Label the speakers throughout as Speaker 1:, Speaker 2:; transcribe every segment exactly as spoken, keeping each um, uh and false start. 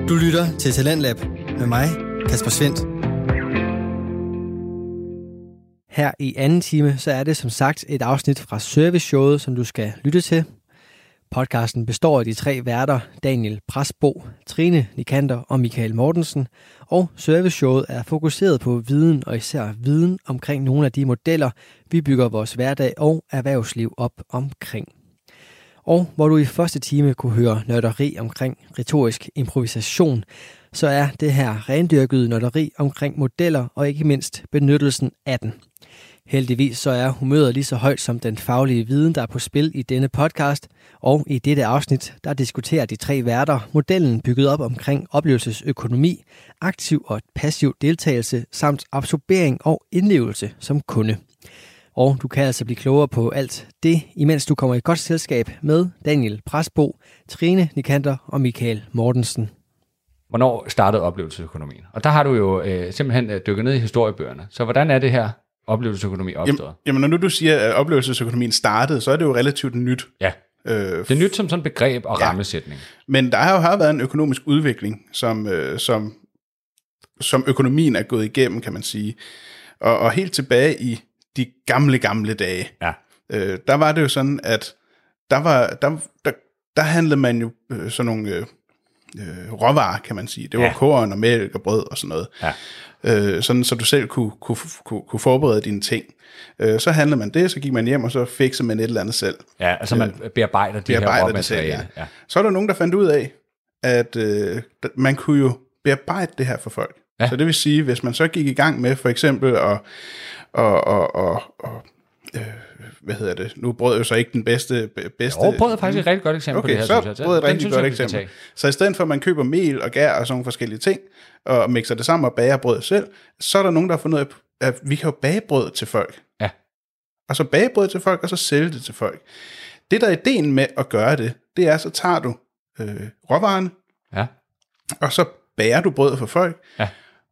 Speaker 1: Du lytter til Talentlab med mig, Kasper Svendt. Her i anden time, så er det som sagt et afsnit fra serviceshowet, som du skal lytte til. Podcasten består af de tre værter, Daniel Prasbo, Trine Nikander og Michael Mortensen. Og serviceshowet er fokuseret på viden, og især viden omkring nogle af de modeller, vi bygger vores hverdag og erhvervsliv op omkring. Og hvor du i første time kunne høre nørderi omkring retorisk improvisation, så er det her rendyrkede nørderi omkring modeller og ikke mindst benyttelsen af den. Heldigvis så er humøret lige så højt som den faglige viden, der er på spil i denne podcast, og i dette afsnit, der diskuterer de tre værter modellen bygget op omkring oplevelsesøkonomi, aktiv og passiv deltagelse samt absorbering og indlevelse som kunde. Og du kan altså blive klogere på alt det, imens du kommer i godt selskab med Daniel Prasbo, Trine Nikander og Michael Mortensen.
Speaker 2: Hvornår startede oplevelsesøkonomien? Og der har du jo øh, simpelthen dykket ned i historiebøgerne. Så hvordan er det her oplevelsesøkonomi opstået?
Speaker 3: Jamen, jamen når nu du siger, at oplevelsesøkonomien startede, så er det jo relativt nyt.
Speaker 2: Ja, øh, det er nyt som sådan begreb og ja. rammesætning.
Speaker 3: Men der har jo har været en økonomisk udvikling, som, øh, som, som økonomien er gået igennem, kan man sige. Og, og helt tilbage i de gamle, gamle dage,
Speaker 2: ja.
Speaker 3: øh, der var det jo sådan, at der, var, der, der, der handlede man jo øh, sådan nogle øh, øh, råvarer, kan man sige. Det var ja. korn og mælk og brød og sådan noget. Ja. Øh, sådan, så du selv kunne, kunne, kunne, kunne forberede dine ting. Øh, så handlede man det, så gik man hjem, og så fikser man et eller andet selv.
Speaker 2: Ja, altså man bearbejder de
Speaker 3: bearbejder
Speaker 2: her råmaterialer.
Speaker 3: Ja. Ja. Så er der nogen, der fandt ud af, at øh, man kunne jo bearbejde det her for folk. Ja. Så det vil sige, hvis man så gik i gang med for eksempel at og, og, og, og øh, hvad hedder det, nu brød jo så ikke den bedste... bedste
Speaker 2: jo, brød er faktisk et rigtig godt eksempel
Speaker 3: okay,
Speaker 2: på det her.
Speaker 3: Okay, så brød er et rigtig godt eksempel. Så i stedet for, at man køber mel og gær og sådan nogle forskellige ting, og mixer det sammen og bager brød selv, så er der nogen, der har fundet ud af, at vi kan jo bage brød til folk.
Speaker 2: Ja.
Speaker 3: Og så bage brød til folk, og så sælge det til folk. Det, der er ideen med at gøre det, det er, så tager du øh, råvarerne,
Speaker 2: ja.
Speaker 3: og så bager du brød for folk,
Speaker 2: ja.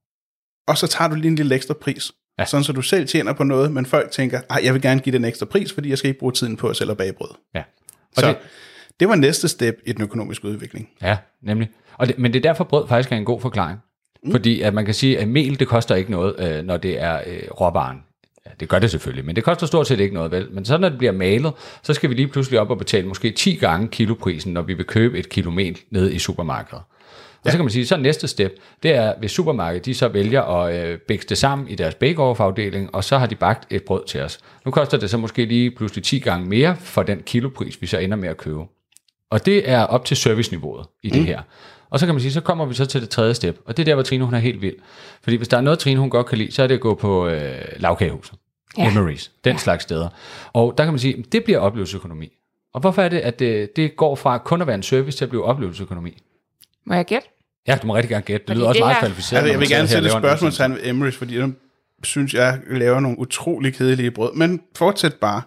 Speaker 2: og så tager du lige en lille ekstra pris. Ja. Sådan så du selv tjener på noget, men folk tænker, ej, jeg vil gerne give den ekstra pris, fordi jeg skal ikke bruge tiden på at sælge og bage brød. Ja.
Speaker 3: Og så det, det var næste step i den økonomiske udvikling.
Speaker 2: Ja, nemlig. Og det, men det er derfor, brød faktisk er en god forklaring. Mm. Fordi at man kan sige, at mel, det koster ikke noget, øh, når det er øh, råvaren. Ja, det gør det selvfølgelig, men det koster stort set ikke noget, vel? Men så når det bliver malet, så skal vi lige pludselig op og betale måske ti gange kiloprisen, når vi vil købe et kilo mel nede i supermarkedet. Og så kan man sige, så næste step, det er, hvis supermarkedet, de så vælger at øh, bækse det sammen i deres bake-off-afdeling, og så har de bagt et brød til os. Nu koster det så måske lige pludselig ti gange mere for den kilopris, vi så ender med at købe. Og det er op til serviceniveauet i det mm. her. Og så kan man sige, så kommer vi så til det tredje step, og det er der, hvor Trine, hun er helt vild. Fordi hvis der er noget, Trine, hun godt kan lide, så er det at gå på øh, lavkagehuset, ja. Emery's, den ja. slags steder. Og der kan man sige, det bliver oplevelsesøkonomi. Og hvorfor er det, at det, det går fra kun at være en service til at blive oplevelsesøkonomi?
Speaker 4: Må jeg gætte?
Speaker 2: Ja, du må rigtig gerne gætte. Det lyder også meget kvalificeret.
Speaker 3: Altså, jeg vil gerne sætte et spørgsmål til Emery's, fordi jeg synes, jeg laver nogle utrolig kedelige brød. Men fortsæt bare.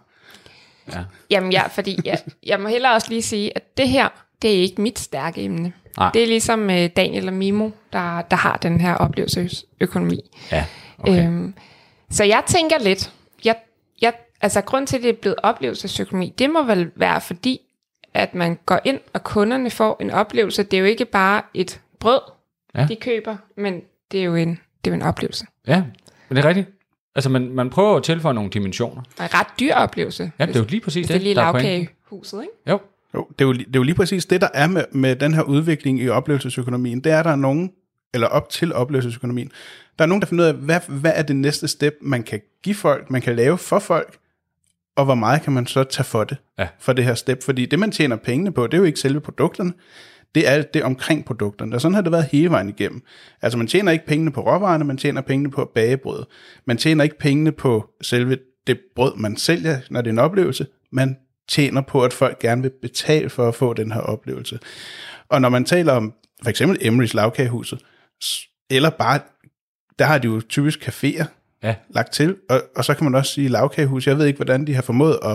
Speaker 4: Ja. Jamen ja, fordi jeg, jeg må hellere også lige sige, at det her, det er ikke mit stærke emne. Nej. Det er ligesom Daniel og Mimo, der, der har den her oplevelsesøkonomi.
Speaker 2: Ja, okay.
Speaker 4: Øhm, så jeg tænker lidt, jeg, jeg, altså grund til, at det er blevet oplevelsesøkonomi, det må vel være fordi, at man går ind, og kunderne får en oplevelse. Det er jo ikke bare et brød, ja. de køber, men det er jo en, det er jo en oplevelse.
Speaker 2: Ja, men det er rigtigt. Altså, man, man prøver at tilføje nogle dimensioner.
Speaker 4: Og en ret dyr oplevelse.
Speaker 2: Ja, det er jo lige præcis
Speaker 4: det. Det er lige lavkagehuset, ikke?
Speaker 2: Jo.
Speaker 3: jo det, er jo, det er jo lige præcis det, der er med, med den her udvikling i oplevelsesøkonomien. Det er, der er nogen, eller op til oplevelsesøkonomien, der er nogen, der finder ud af, hvad, hvad er det næste step, man kan give folk, man kan lave for folk, og hvor meget kan man så tage for det, ja. for det her step. Fordi det, man tjener pengene på, det er jo ikke selve produkterne, det er alt det omkring produkterne. Og sådan har det været hele vejen igennem. Altså man tjener ikke pengene på råvarerne, man tjener pengene på at bage brød. Man tjener ikke pengene på selve det brød, man sælger, når det er en oplevelse. Man tjener på, at folk gerne vil betale for at få den her oplevelse. Og når man taler om for eksempel Emery's lavkagehuset, eller bare, der har de jo typisk caféer ja. lagt til, og, og så kan man også sige lavkagehus. Jeg ved ikke, hvordan de har formået at,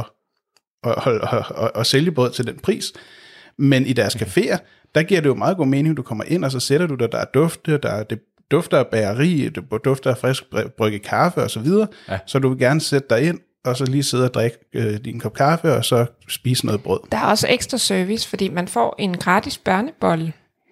Speaker 3: at, at, at, at, at sælge brød til den pris, men i deres caféer, der giver det jo meget god mening, du kommer ind, og så sætter du dig, der er dufte, der er det dufter af bageri, det dufter af frisk brygget kaffe og så videre, ja. så du vil gerne sætte dig ind, og så lige sidde og drikke øh, din kop kaffe, og så spise noget brød.
Speaker 4: Der er også ekstra service, fordi man får en gratis børnebolle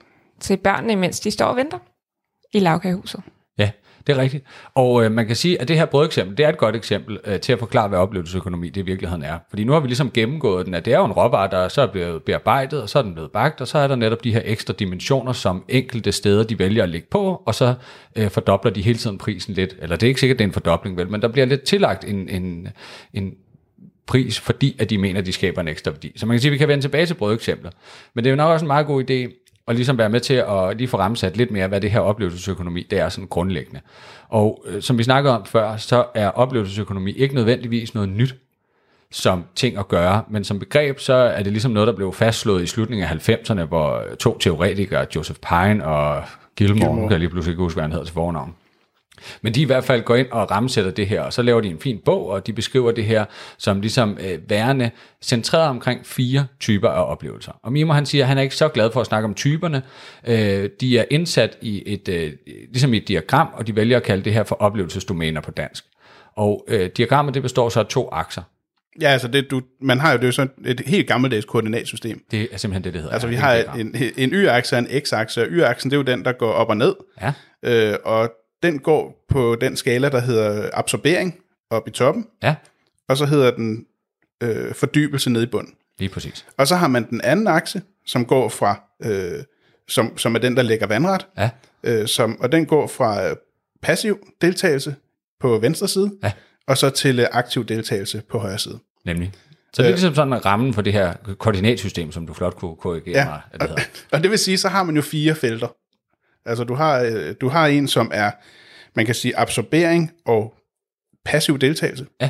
Speaker 4: til børnene, mens de står og venter i lavkagehuset.
Speaker 2: Ja, det er rigtigt. Og øh, man kan sige, at det her brødeksempel, det er et godt eksempel øh, til at forklare, hvad oplevelsesøkonomi det i virkeligheden er. Fordi nu har vi ligesom gennemgået den, at det er jo en råvare, der så er blevet bearbejdet, og så er den blevet bagt, og så er der netop de her ekstra dimensioner, som enkelte steder, de vælger at lægge på, og så øh, fordobler de hele tiden prisen lidt. Eller det er ikke sikkert, det er en fordobling, vel, men der bliver lidt tillagt en, en, en pris, fordi at de mener, at de skaber en ekstra værdi. Så man kan sige, at vi kan vende tilbage til brødeksemplet. Men det er jo nok også en meget god idé, og ligesom være med til at lige få rammesat lidt mere, hvad det her oplevelsesøkonomi, det er sådan grundlæggende. Og øh, som vi snakkede om før, så er oplevelsesøkonomi ikke nødvendigvis noget nyt som ting at gøre, men som begreb, så er det ligesom noget, der blev fastslået i slutningen af halvfemserne, hvor to teoretikere, Joseph Pine og Gilmore, Gilmore. kan jeg lige pludselig ikke huske, hvad han hedder til fornavn. Men de i hvert fald går ind og rammesætter det her, og så laver de en fin bog, og de beskriver det her som ligesom øh, værende centreret omkring fire typer af oplevelser. Og Mimo, han siger, at han er ikke så glad for at snakke om typerne. Øh, de er indsat i et, øh, ligesom i et diagram, og de vælger at kalde det her for oplevelsesdomæner på dansk. Og øh, diagrammet, det består så af to akser.
Speaker 3: Ja, altså det, du, man har jo det er jo sådan et helt gammeldags koordinatsystem.
Speaker 2: Det er simpelthen det, det hedder.
Speaker 3: Altså vi har en, en y-akse og en x-akse, og y-aksen det er jo den, der går op og ned.
Speaker 2: Ja.
Speaker 3: Øh, og den går på den skala, der hedder absorbering op i toppen.
Speaker 2: Ja.
Speaker 3: Og så hedder den øh, fordybelse ned i bunden.
Speaker 2: Lige præcis.
Speaker 3: Og så har man den anden akse, som går fra, øh, som, som er den, der lægger vandret.
Speaker 2: Ja.
Speaker 3: Øh, som, og den går fra øh, passiv deltagelse på venstre side,
Speaker 2: ja.
Speaker 3: og så til øh, aktiv deltagelse på højre side.
Speaker 2: Nemlig. Så det er ligesom sådan rammen for det her koordinatsystem, som du flot kunne korrigere
Speaker 3: ja.
Speaker 2: mig, at det hedder.
Speaker 3: Og, og det vil sige, så har man jo fire felter. Altså du har, øh, du har en, som er, man kan sige, absorbering og passiv deltagelse.
Speaker 2: Ja.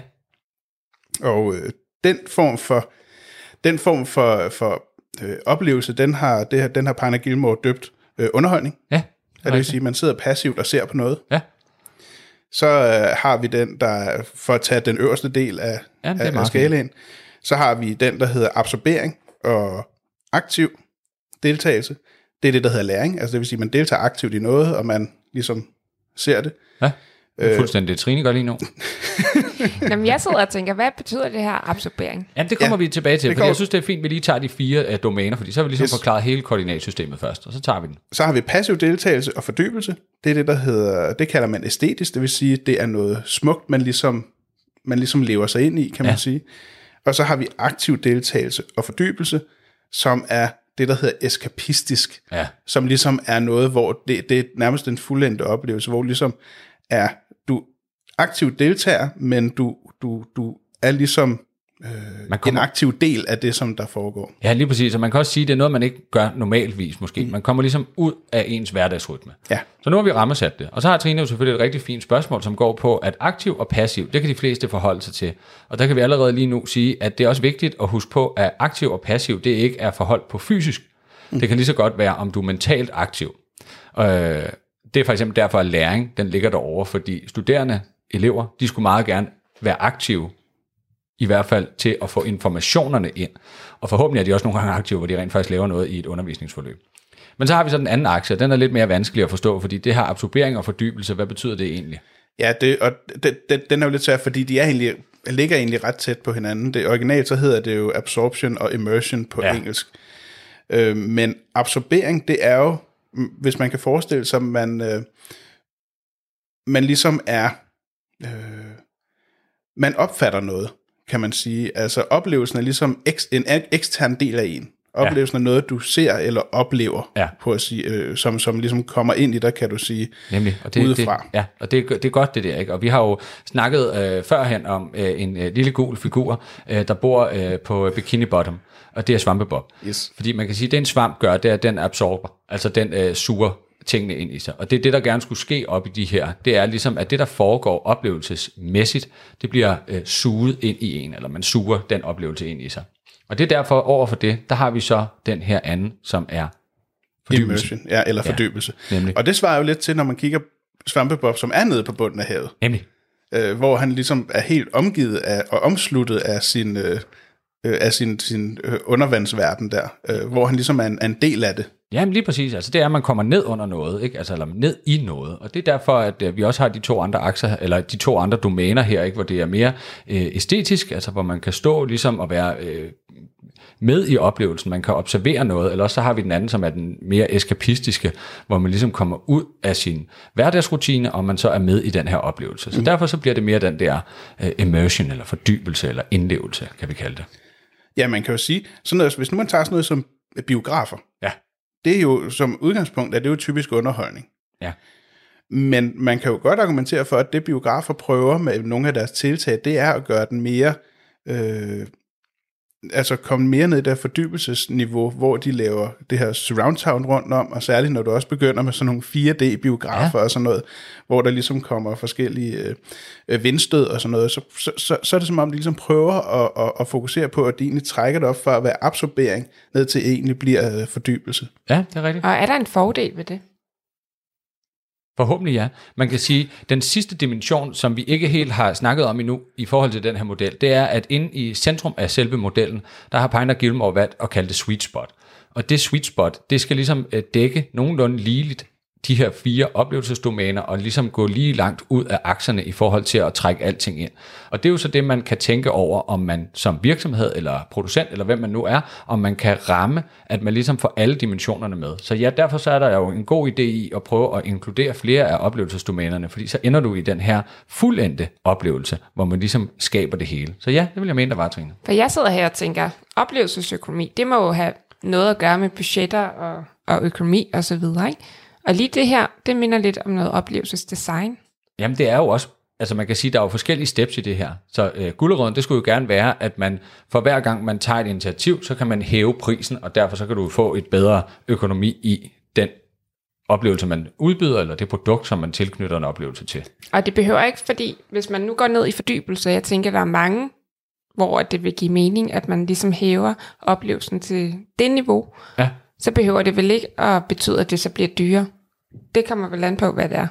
Speaker 3: Og øh, den form for, den form for, for øh, oplevelse, den har, det her, den har Pine og Gilmore døbt øh, underholdning.
Speaker 2: Ja.
Speaker 3: Det, det vil sige, at man sidder passivt og ser på noget.
Speaker 2: Ja.
Speaker 3: Så øh, har vi den, der for at tage den øverste del af, ja, af, af skalaen, så har vi den, der hedder absorbering og aktiv deltagelse. Det er det, der hedder læring. Altså det vil sige, at man deltager aktivt i noget, og man ligesom ser det.
Speaker 2: Ja, det er fuldstændig det, Trine gør lige nu.
Speaker 4: Jamen, jeg sidder og tænker, hvad betyder det her absorbering?
Speaker 2: Ja, det kommer ja, vi tilbage til, for jeg synes, det er fint, at vi lige tager de fire uh, domæner, fordi så har vi ligesom yes. forklaret hele koordinatsystemet først, og så tager vi den.
Speaker 3: Så har vi passiv deltagelse og fordybelse. Det er det, der hedder, det kalder man æstetisk, det vil sige, det er noget smukt, man ligesom, man ligesom lever sig ind i, kan man ja. sige. Og så har vi aktiv deltagelse og fordybelse, som er det, der hedder eskapistisk,
Speaker 2: ja. som
Speaker 3: ligesom er noget, hvor det, det er nærmest en fuldendte oplevelse, hvor ligesom er, du aktivt deltager, men du, du, du er ligesom øh, man kommer, en aktiv del af det, som der foregår.
Speaker 2: Ja, lige præcis, og man kan også sige, at det er noget, man ikke gør normalvis måske. Mm. Man kommer ligesom ud af ens hverdagsrytme.
Speaker 3: Ja.
Speaker 2: Så nu har vi rammesat det. Og så har Trine jo selvfølgelig et rigtig fint spørgsmål, som går på, at aktiv og passiv, det kan de fleste forholde sig til. Og der kan vi allerede lige nu sige, at det er også vigtigt at huske på, at aktiv og passiv, det ikke er forholdt på fysisk. Mm. Det kan lige så godt være, om du er mentalt aktiv. Øh, det er for eksempel derfor, at læring, den ligger derovre, fordi studerende, elever, de skulle meget gerne være aktive, i hvert fald til at få informationerne ind. Og forhåbentlig er de også nogle gange aktive, hvor de rent faktisk laver noget i et undervisningsforløb. Men så har vi så den anden akse, og den er lidt mere vanskelig at forstå, fordi det har absorbering og fordybelse. Hvad betyder det egentlig?
Speaker 3: Ja, det, og det, det, den er jo lidt svært, fordi de er egentlig, ligger egentlig ret tæt på hinanden. Det originalt så hedder det jo absorption og immersion på ja. engelsk. Øh, men absorbering, det er jo, hvis man kan forestille sig, man, øh, man ligesom er, øh, man opfatter noget, kan man sige. Altså oplevelsen er ligesom eks, en ekstern del af en. Oplevelsen ja. er noget, du ser eller oplever, ja. på at sige, øh, som, som ligesom kommer ind i dig, kan du sige,
Speaker 2: nemlig. Og det,
Speaker 3: udefra.
Speaker 2: Det, ja, og det, det er godt det der, ikke? Og vi har jo snakket øh, førhen om øh, en øh, lille gul figur, øh, der bor øh, på Bikini Bottom, og det er Svampebob.
Speaker 3: Yes.
Speaker 2: Fordi man kan sige, at det en svamp gør, det er, at den absorber, altså den øh, suger tingene ind i sig. Og det er det, der gerne skulle ske op i de her. Det er ligesom, at det, der foregår oplevelsesmæssigt, det bliver øh, suget ind i en, eller man suger den oplevelse ind i sig. Og det er derfor, over for det, der har vi så den her anden, som er fordybelse.
Speaker 3: Immersion, ja, eller fordybelse.
Speaker 2: Ja,
Speaker 3: og det svarer jo lidt til, når man kigger Svampebob, som er nede på bunden af havet.
Speaker 2: Nemlig.
Speaker 3: Øh, hvor han ligesom er helt omgivet af, og omsluttet af sin, øh, af sin, sin øh, undervandsverden der, øh, hvor han ligesom er en, er en del af det.
Speaker 2: Jamen lige præcis, altså det er, at man kommer ned under noget, ikke? Altså, eller ned i noget, og det er derfor, at øh, vi også har de to andre akser, eller de to andre domæner her, ikke? Hvor det er mere øh, æstetisk, altså hvor man kan stå ligesom og være øh, med i oplevelsen. Man kan observere noget, eller også så har vi den anden, som er den mere eskapistiske, hvor man ligesom kommer ud af sin hverdagsrutine, og man så er med i den her oplevelse. Så mm. derfor så bliver det mere den der uh, immersion, eller fordybelse, eller indlevelse, kan vi kalde det.
Speaker 3: Ja, man kan jo sige, sådan noget, hvis nu man tager sådan noget som biografer,
Speaker 2: ja.
Speaker 3: det er jo som udgangspunkt, at det er jo typisk underholdning.
Speaker 2: Ja.
Speaker 3: Men man kan jo godt argumentere for, at det biografer prøver med nogle af deres tiltag, det er at gøre den mere, øh, altså komme mere ned i det fordybelsesniveau, hvor de laver det her surround sound rundt om, og særligt når du også begynder med sådan nogle fire D-biografer ja. og sådan noget, hvor der ligesom kommer forskellige øh, vindstød og sådan noget, så, så, så, så er det som om, de ligesom prøver at, at, at fokusere på, at de egentlig trækker det op for at være absorbering, ned til egentlig bliver øh, fordybelse.
Speaker 2: Ja, det er rigtigt.
Speaker 4: Og er der en fordel ved det?
Speaker 2: Forhåbentlig ja. Man kan sige, at den sidste dimension, som vi ikke helt har snakket om endnu i forhold til den her model, det er, at inde i centrum af selve modellen, der har Pine og Gilmore valgt at kalde det sweet spot. Og det sweet spot, det skal ligesom dække nogenlunde ligeligt de her fire oplevelsesdomæner, og ligesom gå lige langt ud af akserne i forhold til at trække alting ind. Og det er jo så det, man kan tænke over, om man som virksomhed, eller producent, eller hvem man nu er, om man kan ramme, at man ligesom får alle dimensionerne med. Så ja, derfor så er der jo en god idé i at prøve at inkludere flere af oplevelsesdomænerne, fordi så ender du i den her fuldendte oplevelse, hvor man ligesom skaber det hele. Så ja, det vil jeg mene, der var, Trine.
Speaker 4: For jeg sidder her og tænker, oplevelsesøkonomi, det må jo have noget at gøre med budgetter og, og økonomi og så videre, ikke? Og lige det her, det minder lidt om noget oplevelsesdesign.
Speaker 2: Jamen det er jo også, altså man kan sige, der er jo forskellige steps i det her. Så øh, gulerøden, det skulle jo gerne være, at man for hver gang man tager et initiativ, så kan man hæve prisen, og derfor så kan du få et bedre økonomi i den oplevelse, man udbyder, eller det produkt, som man tilknytter en oplevelse til. Og
Speaker 4: det behøver ikke, fordi hvis man nu går ned i fordybelse, jeg tænker, der er mange, hvor det vil give mening, at man ligesom hæver oplevelsen til det niveau.
Speaker 2: Ja.
Speaker 4: Så behøver det vel ikke at betyde, at det så bliver dyrere. Det kommer vel an på, hvad det er.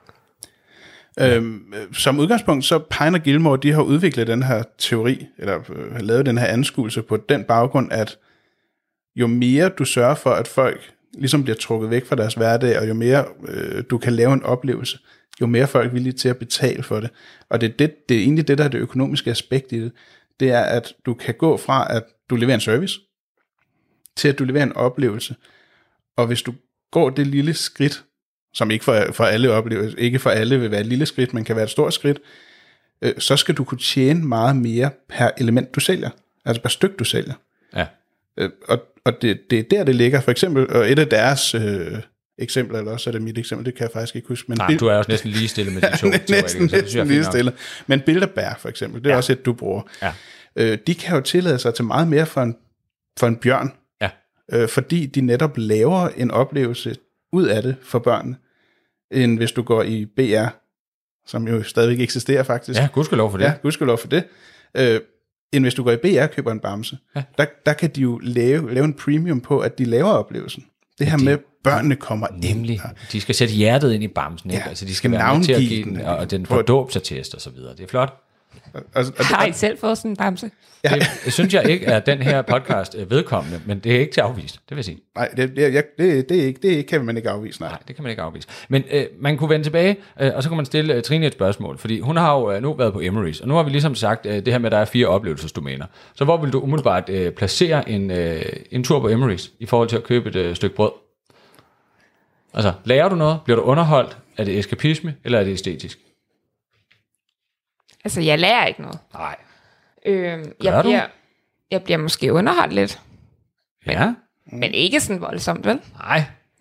Speaker 3: Øhm, som udgangspunkt, så Pine og Gilmore, de har udviklet den her teori, eller øh, har lavet den her anskuelse på den baggrund, at jo mere du sørger for, at folk ligesom bliver trukket væk fra deres hverdag, og jo mere øh, du kan lave en oplevelse, jo mere folk er villige til at betale for det. Og det er, det, det er egentlig det, der er det økonomiske aspekt i det. Det er, at du kan gå fra, at du leverer en service, til at du leverer en oplevelse. Og hvis du går det lille skridt, som ikke for, for alle opleves, ikke for alle vil være et lille skridt, men kan være et stort skridt, øh, så skal du kunne tjene meget mere per element, du sælger. Altså per stykke, du sælger.
Speaker 2: Ja.
Speaker 3: Øh, og og det, det er der, det ligger. For eksempel, og et af deres øh, eksempler, eller også er det mit eksempel, det kan jeg faktisk ikke huske. Men
Speaker 2: Nej,
Speaker 3: bil-
Speaker 2: du er også næsten ligestillet med de to.
Speaker 3: næsten næsten ligestillet. Men Bilderberg for eksempel, det er ja. også et, du bruger.
Speaker 2: Ja.
Speaker 3: Øh, de kan jo tillade sig til meget mere for en, for en bjørn,
Speaker 2: ja.
Speaker 3: øh, fordi de netop laver en oplevelse ud af det for børnene, end hvis du går i B R, som jo stadigvæk eksisterer faktisk.
Speaker 2: Ja, gudskelov for det.
Speaker 3: Ja, gudskelov for det. Øh, end hvis du går i B R og køber en bamse. Ja. Der, der kan de jo lave, lave en premium på, at de laver oplevelsen. Det her de, med, børnene kommer
Speaker 2: nemlig,
Speaker 3: ind.
Speaker 2: De skal sætte hjertet ind i bamsen.
Speaker 3: Ja,
Speaker 2: ikke? Altså, de skal være med til at give den, og den får dåbsattest og så videre. Det er flot.
Speaker 4: Altså, og det, har I selv fået sådan en bamse?
Speaker 2: Ja. Det synes jeg ikke er den her podcast vedkommende, men det er ikke til afvist, det vil jeg sige.
Speaker 3: Nej, det, det, det, det, er ikke, det kan man ikke afvise. Nej,
Speaker 2: nej det kan man ikke afvise. Men øh, man kunne vende tilbage, øh, og så kan man stille øh, Trine et spørgsmål, fordi hun har jo øh, nu været på Emery's, og nu har vi ligesom sagt øh, det her med, at der er fire oplevelsesdomæner. Så hvor vil du umiddelbart øh, placere en, øh, en tur på Emery's i forhold til at købe et øh, stykke brød? Altså, lærer du noget? Bliver du underholdt? Er det eskapisme, eller er det æstetisk?
Speaker 4: Altså, jeg lærer ikke noget.
Speaker 2: Nej.
Speaker 4: Øhm, jeg, bliver, jeg bliver måske underholdt lidt. Men,
Speaker 2: ja.
Speaker 4: Men ikke sådan voldsomt, vel?
Speaker 2: Nej.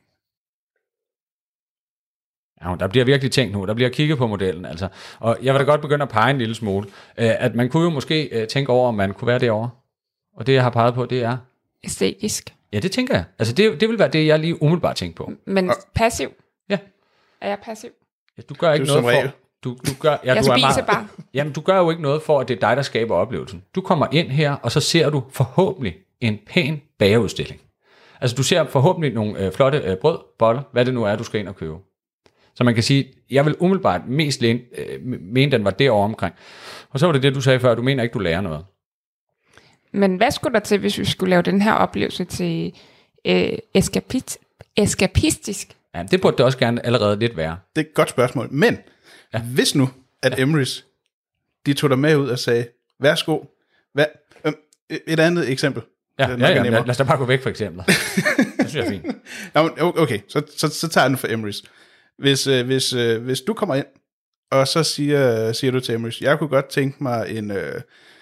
Speaker 2: Ja, der bliver virkelig tænkt nu. Der bliver kigget på modellen, altså. Og jeg vil da godt begynde at pege en lille smule. At man kunne jo måske tænke over, om man kunne være derovre. Og det, jeg har peget på, det er...
Speaker 4: æstetisk.
Speaker 2: Ja, det tænker jeg. Altså, det, det vil være det, jeg lige umiddelbart tænker på.
Speaker 4: Men passiv?
Speaker 2: Ja.
Speaker 4: Er jeg passiv?
Speaker 2: Ja, du gør ikke
Speaker 3: du
Speaker 2: noget for... Du, du gør, ja,
Speaker 4: jeg
Speaker 2: du er
Speaker 4: spiser
Speaker 2: meget,
Speaker 4: bare.
Speaker 2: Jamen, du gør jo ikke noget for, at det er dig, der skaber oplevelsen. Du kommer ind her, og så ser du forhåbentlig en pæn bagerudstilling. Altså, du ser forhåbentlig nogle øh, flotte øh, brød, boller, hvad det nu er, du skal ind og købe. Så man kan sige, jeg vil umiddelbart mest læne, øh, mene, den var derovre omkring. Og så var det det, du sagde før, du mener ikke, du lærer noget.
Speaker 4: Men hvad skulle der til, hvis vi skulle lave den her oplevelse til øh, eskapit, eskapistisk?
Speaker 2: Ja, det burde det også gerne allerede lidt være.
Speaker 3: Det er et godt spørgsmål, men ja. hvis nu, at ja. Emery's, de tog dig med ud og sagde, værsgo, hvad, øh, et andet eksempel,
Speaker 2: Ja,
Speaker 3: det
Speaker 2: ja, ja,
Speaker 3: nemmere.
Speaker 2: lad os da bare gå væk for eksempel. Det synes jeg er fint.
Speaker 3: Nå, men okay, så, så, så tager jeg den for Emrys. Hvis, øh, hvis, øh, hvis du kommer ind, og så siger, siger du til Emrys, jeg kunne godt tænke mig en, øh,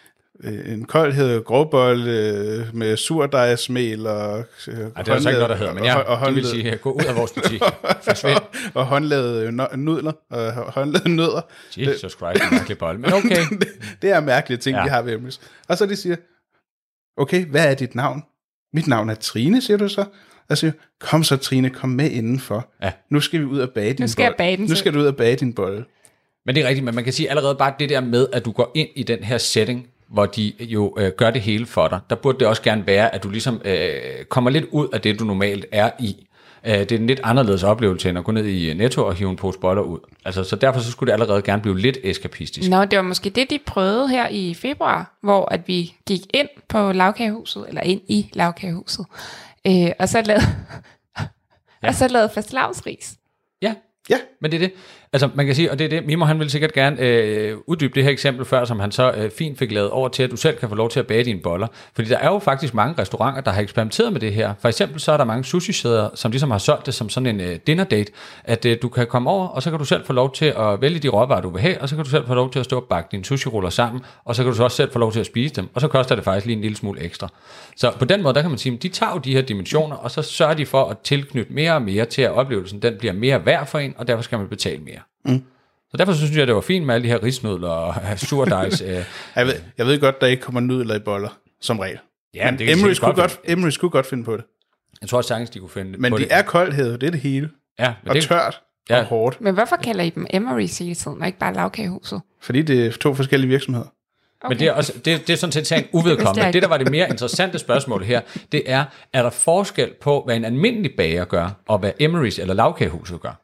Speaker 3: en koldhed grovbold øh, med surdejsmel og øh,
Speaker 2: Ej, det er altså ikke noget, der hedder, men ja, og, og det vil sige, gå ud af vores butik. Forsvind.
Speaker 3: og, og håndlavede nudler, og håndlavede nødder.
Speaker 2: Jesus Christ, det er en mærkelig bold, men okay.
Speaker 3: det, det er mærkelige ting, ja. De har ved Emrys. Og så de siger, okay, hvad er dit navn? Mit navn er Trine, siger du så. Og siger, kom så Trine, kom med indenfor. Ja. Nu skal vi ud og bage din
Speaker 4: nu skal
Speaker 3: bolle.
Speaker 4: Den
Speaker 3: nu skal du ud og bage din bolle.
Speaker 2: Men det er rigtigt, men man kan sige allerede bare det der med, at du går ind i den her setting, hvor de jo øh, gør det hele for dig. Der burde det også gerne være, at du ligesom øh, kommer lidt ud af det, du normalt er i. Øh, det er en lidt anderledes oplevelse, end at gå ned i Netto og hive en pose boller ud. Altså, så derfor så skulle det allerede gerne blive lidt eskapistisk.
Speaker 4: Nå, det var måske det, de prøvede her i februar, hvor at vi gik ind på lavkagehuset, eller ind i lavkagehuset, øh, og så lavede, ja. og så lavede fastelavnsris.
Speaker 2: Ja.
Speaker 3: Ja.
Speaker 2: Men det er det. Altså, man kan sige, og det er det, Mimo han vil sikkert gerne øh, uddybe det her eksempel før, som han så øh, fint fik lavet over til, at du selv kan få lov til at bage dine boller. Fordi der er jo faktisk mange restauranter, der har eksperimenteret med det her. For eksempel så er der mange sushi-sæder, som ligesom har solgt det som sådan en øh, dinner date, at øh, du kan komme over, og så kan du selv få lov til at vælge de råvarer, du vil have, og så kan du selv få lov til at stå og bakke dine sushi-ruller sammen, og så kan du så også selv få lov til at spise dem, og så koster det faktisk lige en lille smule ekstra. Så på den måde, der kan man sige, at de tager jo de her dimensioner, og så sørger de for at tilknytte mere og mere til, at oplevelsen den bliver mere værd for en, og derfor skal man betale mere. Mm. Så derfor synes jeg, det var fint med alle de her risnudler og surdejs. øh.
Speaker 3: jeg, ved, jeg ved godt, der ikke kommer nudler i boller, som regel.
Speaker 2: Ja,
Speaker 3: men Emrys skulle, godt, Emrys kunne godt finde på det.
Speaker 2: Jeg tror også sagtens, de kunne finde
Speaker 3: men
Speaker 2: på
Speaker 3: de
Speaker 2: det.
Speaker 3: Men de er koldhed, det er det hele.
Speaker 2: Ja,
Speaker 3: og
Speaker 2: det,
Speaker 3: tørt ja. Og hårdt.
Speaker 4: Men hvorfor kalder I dem Emery's hele tiden, og ikke bare lavkagehuset?
Speaker 3: Fordi det er to forskellige virksomheder.
Speaker 2: Okay. Men det er, også, det, det er sådan set sagen uvedkommende. Det, der var det mere interessante spørgsmål her, det er, er der forskel på, hvad en almindelig bager gør, og hvad Emery's eller lavkagehuset gør?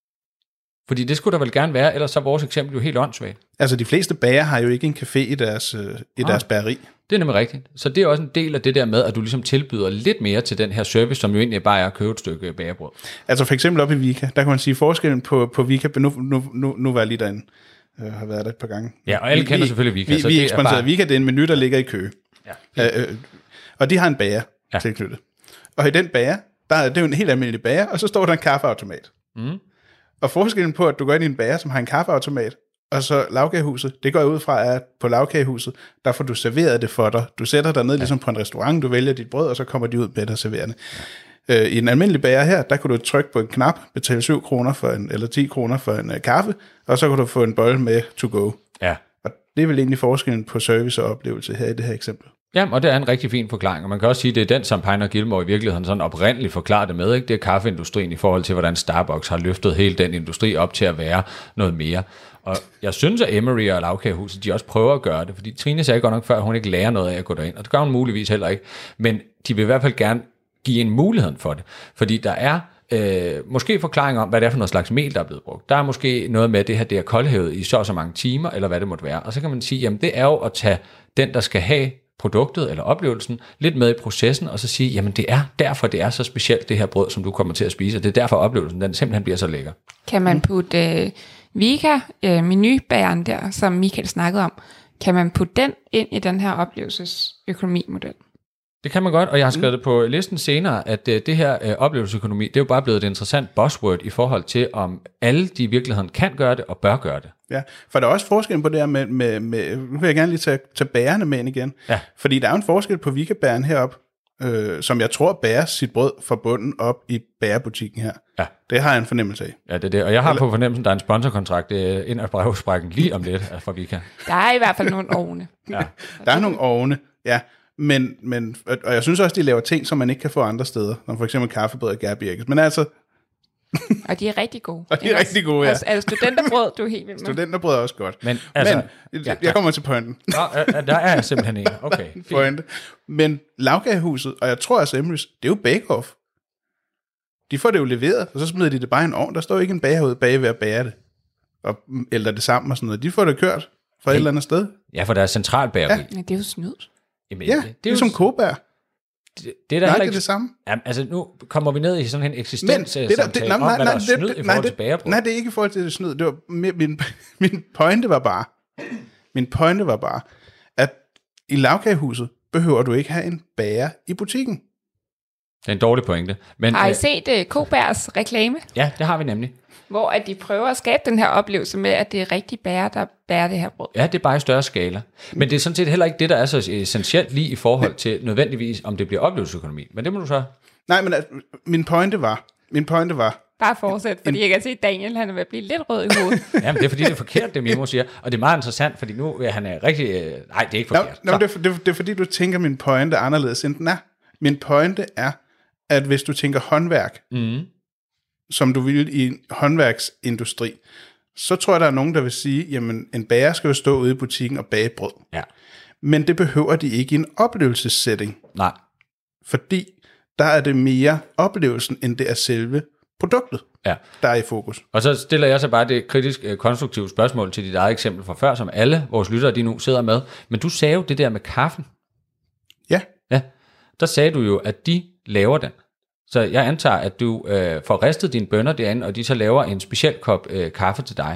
Speaker 2: Fordi det skulle der vel gerne være, ellers så er vores eksempel jo helt åndssvagt.
Speaker 3: Altså de fleste bager har jo ikke en café i deres, øh, i ah, deres bageri.
Speaker 2: Det er nemlig rigtigt. Så det er også en del af det der med, at du ligesom tilbyder lidt mere til den her service, som jo egentlig bare er at købe et stykke bagerbrød. Altså
Speaker 3: for eksempel op i Vika, der kan man sige forskellen på, på Vika, nu, nu, nu, nu var jeg lige derinde, jeg har været der et par gange.
Speaker 2: Ja, og alle vi, kender selvfølgelig Vika.
Speaker 3: Vi, så vi er sponsoreret bare... Vika, det er en menu, der ligger i Køge. Ja. Øh, øh, og de har en bager ja. tilknyttet. Og i den bager, der er det jo en helt almindelig bager, og så står der en kaffeautomat. Mm. Og forskellen på, at du går ind i en bager, som har en kaffeautomat, og så lavkagehuset, det går jeg ud fra, at på lavkagehuset, der får du serveret det for dig. Du sætter dig ned ja. ligesom på en restaurant, du vælger dit brød, og så kommer de ud med dig serverende. Ja. Øh, I en almindelig bager her, der kunne du trykke på en knap, betale syv kroner for en, eller ti kroner for en uh, kaffe, og så kunne du få en bolle med to go.
Speaker 2: Ja.
Speaker 3: Og det er vel egentlig forskellen på service og oplevelse her i det her eksempel.
Speaker 2: Ja, og det er en rigtig fin forklaring, og man kan også sige, at det er den, som Piner Gilmore i virkeligheden sådan oprindeligt forklarer det med, ikke? Det er kaffeindustrien i forhold til, hvordan Starbucks har løftet hele den industri op til at være noget mere. Og jeg synes, at Emery og lavkagehuset, de også prøver at gøre det, fordi Trine sagde godt nok før, at hun ikke lærer noget af at gå derind, og det gør hun muligvis heller ikke, men de vil i hvert fald gerne give en mulighed for det, fordi der er Øh, måske forklaring om, hvad det er for noget slags mel, der er blevet brugt. Der er måske noget med, at det her det er koldhævet i så og så mange timer, eller hvad det måtte være. Og så kan man sige, jamen det er jo at tage den, der skal have produktet eller oplevelsen, lidt med i processen, og så sige, jamen det er derfor, det er så specielt, det her brød, som du kommer til at spise, og det er derfor oplevelsen, den simpelthen bliver så lækker.
Speaker 4: Kan man putte øh, Vika, øh, menubæren der, som Michael snakkede om, kan man putte den ind i den her oplevelsesøkonomimodel?
Speaker 2: Det kan man godt, og jeg har skrevet det på listen senere, at øh, det her øh, oplevelsesøkonomi, det er jo bare blevet et interessant buzzword i forhold til, om alle de i virkeligheden kan gøre det og bør gøre det.
Speaker 3: Ja, for der er også forskel på det her med, med, med nu vil jeg gerne lige tage, tage bærerne med ind igen,
Speaker 2: ja.
Speaker 3: Fordi der er jo en forskel på Vika-bæren heroppe, øh, som jeg tror bærer sit brød fra bunden op i bærebutikken her.
Speaker 2: Ja.
Speaker 3: Det har jeg en fornemmelse af.
Speaker 2: Ja, det er det, og jeg har Eller... på fornemmelsen, der er en sponsorkontrakt øh, ind af brevsprækken lige om lidt fra Vika.
Speaker 4: Der er i hvert fald nogle ovne.
Speaker 2: Ja.
Speaker 3: Der er nogle ovne, ja. Men, men, og jeg synes også, de laver ting, som man ikke kan få andre steder, som for eksempel kaffebrød og gærbirkes. Men altså...
Speaker 4: og de er rigtig gode.
Speaker 3: Og de er rigtig gode, ja.
Speaker 4: Altså, er det studenterbrød, du er helt vild med?
Speaker 3: Studenterbrød er også godt.
Speaker 2: Men, altså,
Speaker 3: men ja, jeg kommer til pointen.
Speaker 2: Nå, der er simpelthen en. Okay,
Speaker 3: pointe. Men lavkagehuset, og jeg tror også Emery's, det er jo bake-off. De får det jo leveret, og så smider de det bare i en ovn. Der står ikke en bager ude bage ved at bære det. Og eller det sammen og sådan noget. De får det kørt fra hey. et eller andet sted.
Speaker 2: Ja, for der er centralbageri.
Speaker 3: Ja.
Speaker 4: Ja, det er jo snydt.
Speaker 3: Jamen, ja, det, det er jo som kobær.
Speaker 2: Det, det er der
Speaker 3: nej,
Speaker 2: ikke
Speaker 3: det er det samme.
Speaker 2: Jamen, altså nu kommer vi ned i sådan en eksistenssamtale om, hvad
Speaker 3: nej,
Speaker 2: der er snyd
Speaker 3: det,
Speaker 2: i forhold
Speaker 3: nej,
Speaker 2: til bagerbrød.
Speaker 3: Nej, det er ikke i forhold til det snyd. Det var, min, min pointe var bare, min pointe var bare, at i lavkagehuset, behøver du ikke have en bager i butikken.
Speaker 2: Det er en dårlig pointe. Men,
Speaker 4: Har I
Speaker 2: øh,
Speaker 4: set uh, Kobærs reklame?
Speaker 2: Ja, det har vi nemlig.
Speaker 4: Hvor at de prøver at skabe den her oplevelse med, at det er rigtig bager, der bærer det her brød.
Speaker 2: Ja, det er bare i større skala. Men det er sådan set heller ikke det, der er så essentielt lige i forhold til nødvendigvis, om det bliver oplevelsesøkonomi. Men det må du så...
Speaker 3: Nej, men at, min pointe var, min pointe var,
Speaker 4: Bare fortsæt, fordi jeg kan se, at Daniel han er ved at blive lidt rød i hovedet.
Speaker 2: Jamen, det er fordi, det er forkert, det Mimo siger. Og det er meget interessant, fordi nu er han er rigtig... Øh, nej, det er ikke forkert.
Speaker 3: Nå, nå, det, er, det, er, det er fordi, du tænker min pointe anderledes, end den er. Min pointe er, at hvis du tænker håndværk,
Speaker 2: mm.
Speaker 3: som du vil i en håndværksindustri, så tror jeg, der er nogen, der vil sige, jamen, en bager skal jo stå ude i butikken og bage brød.
Speaker 2: Ja.
Speaker 3: Men det behøver de ikke i en oplevelsessetting.
Speaker 2: Nej.
Speaker 3: Fordi der er det mere oplevelsen, end det er selve produktet,
Speaker 2: Ja.
Speaker 3: der er i fokus.
Speaker 2: Og så stiller jeg så bare det kritisk øh, konstruktive spørgsmål til dit eget eksempel fra før, som alle vores lyttere de nu sidder med. Men du sagde jo det der med kaffen.
Speaker 3: Ja.
Speaker 2: Ja. Der sagde du jo, at de laver den. Så jeg antager, at du øh, får ristet dine bønner derinde, og de så laver en speciel kop øh, kaffe til dig.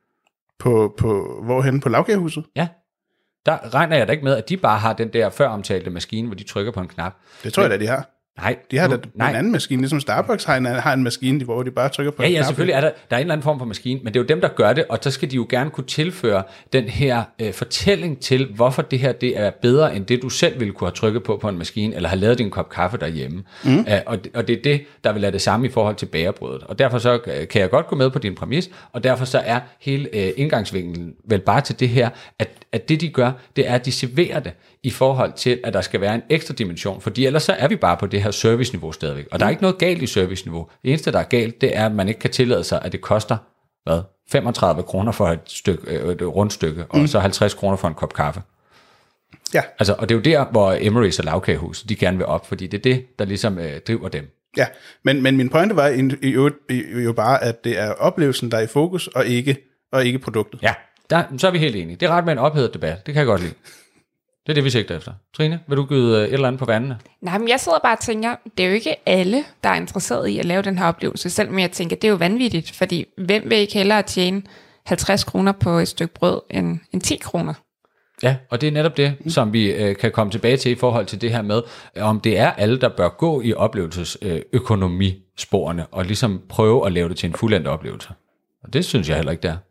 Speaker 3: På, på, hvorhenne? På lavkagehuset?
Speaker 2: Ja. Der regner jeg da ikke med, at de bare har den der før omtalte maskine, hvor de trykker på en knap.
Speaker 3: Det tror Men, jeg da, de har.
Speaker 2: Nej.
Speaker 3: De har
Speaker 2: nu,
Speaker 3: da
Speaker 2: nej.
Speaker 3: en anden maskine, ligesom Starbucks har en, har en maskine, hvor de bare trykker på
Speaker 2: Ja,
Speaker 3: en
Speaker 2: ja,
Speaker 3: knap.
Speaker 2: selvfølgelig er der, der er en eller anden form for maskine, men det er jo dem, der gør det, og så skal de jo gerne kunne tilføre den her øh, fortælling til, hvorfor det her det er bedre, end det du selv ville kunne have trykket på på en maskine, eller have lavet din kop kaffe derhjemme. Mm. Uh, og, og det er det, der vil lade det samme i forhold til bagerbrødet. Og derfor så uh, kan jeg godt gå med på din præmis, og derfor så er hele uh, indgangsvinklen vel bare til det her, at, at det de gør, det er, at de serverer det i forhold til, at der skal være en ekstra dimension, fordi ellers så er vi bare på det her serviceniveau stadigvæk. Og der er ikke noget galt i serviceniveau. Det eneste, der er galt, det er, at man ikke kan tillade sig, at det koster, hvad, femogtredive kroner for et, stykke, et rundstykke, og mm. så halvtreds kroner for en kop kaffe.
Speaker 3: Ja. Altså,
Speaker 2: og det er jo der, hvor Emery's og Lavkagehus, de gerne vil op, fordi det er det, der ligesom øh, driver dem.
Speaker 3: Ja, men, men min pointe var i, i, i, jo bare, at det er oplevelsen, der er i fokus, og ikke, og ikke produktet.
Speaker 2: Ja, der, så er vi helt enige. Det er ret med en ophedet debat. Det kan jeg godt lide. Det er det, vi sigter efter. Trine, vil du gyde et eller andet på vandene?
Speaker 4: Nej, men jeg sidder bare og tænker, det er jo ikke alle, der er interesseret i at lave den her oplevelse, selvom jeg tænker, det er jo vanvittigt, fordi hvem vil ikke hellere tjene halvtreds kroner på et stykke brød end, end ti kroner?
Speaker 2: Ja, og det er netop det, som vi øh, kan komme tilbage til i forhold til det her med, om det er alle, der bør gå i oplevelsesøkonomisporene, øh, og ligesom prøve at lave det til en fuldendt oplevelse. Og det synes jeg heller ikke, det er.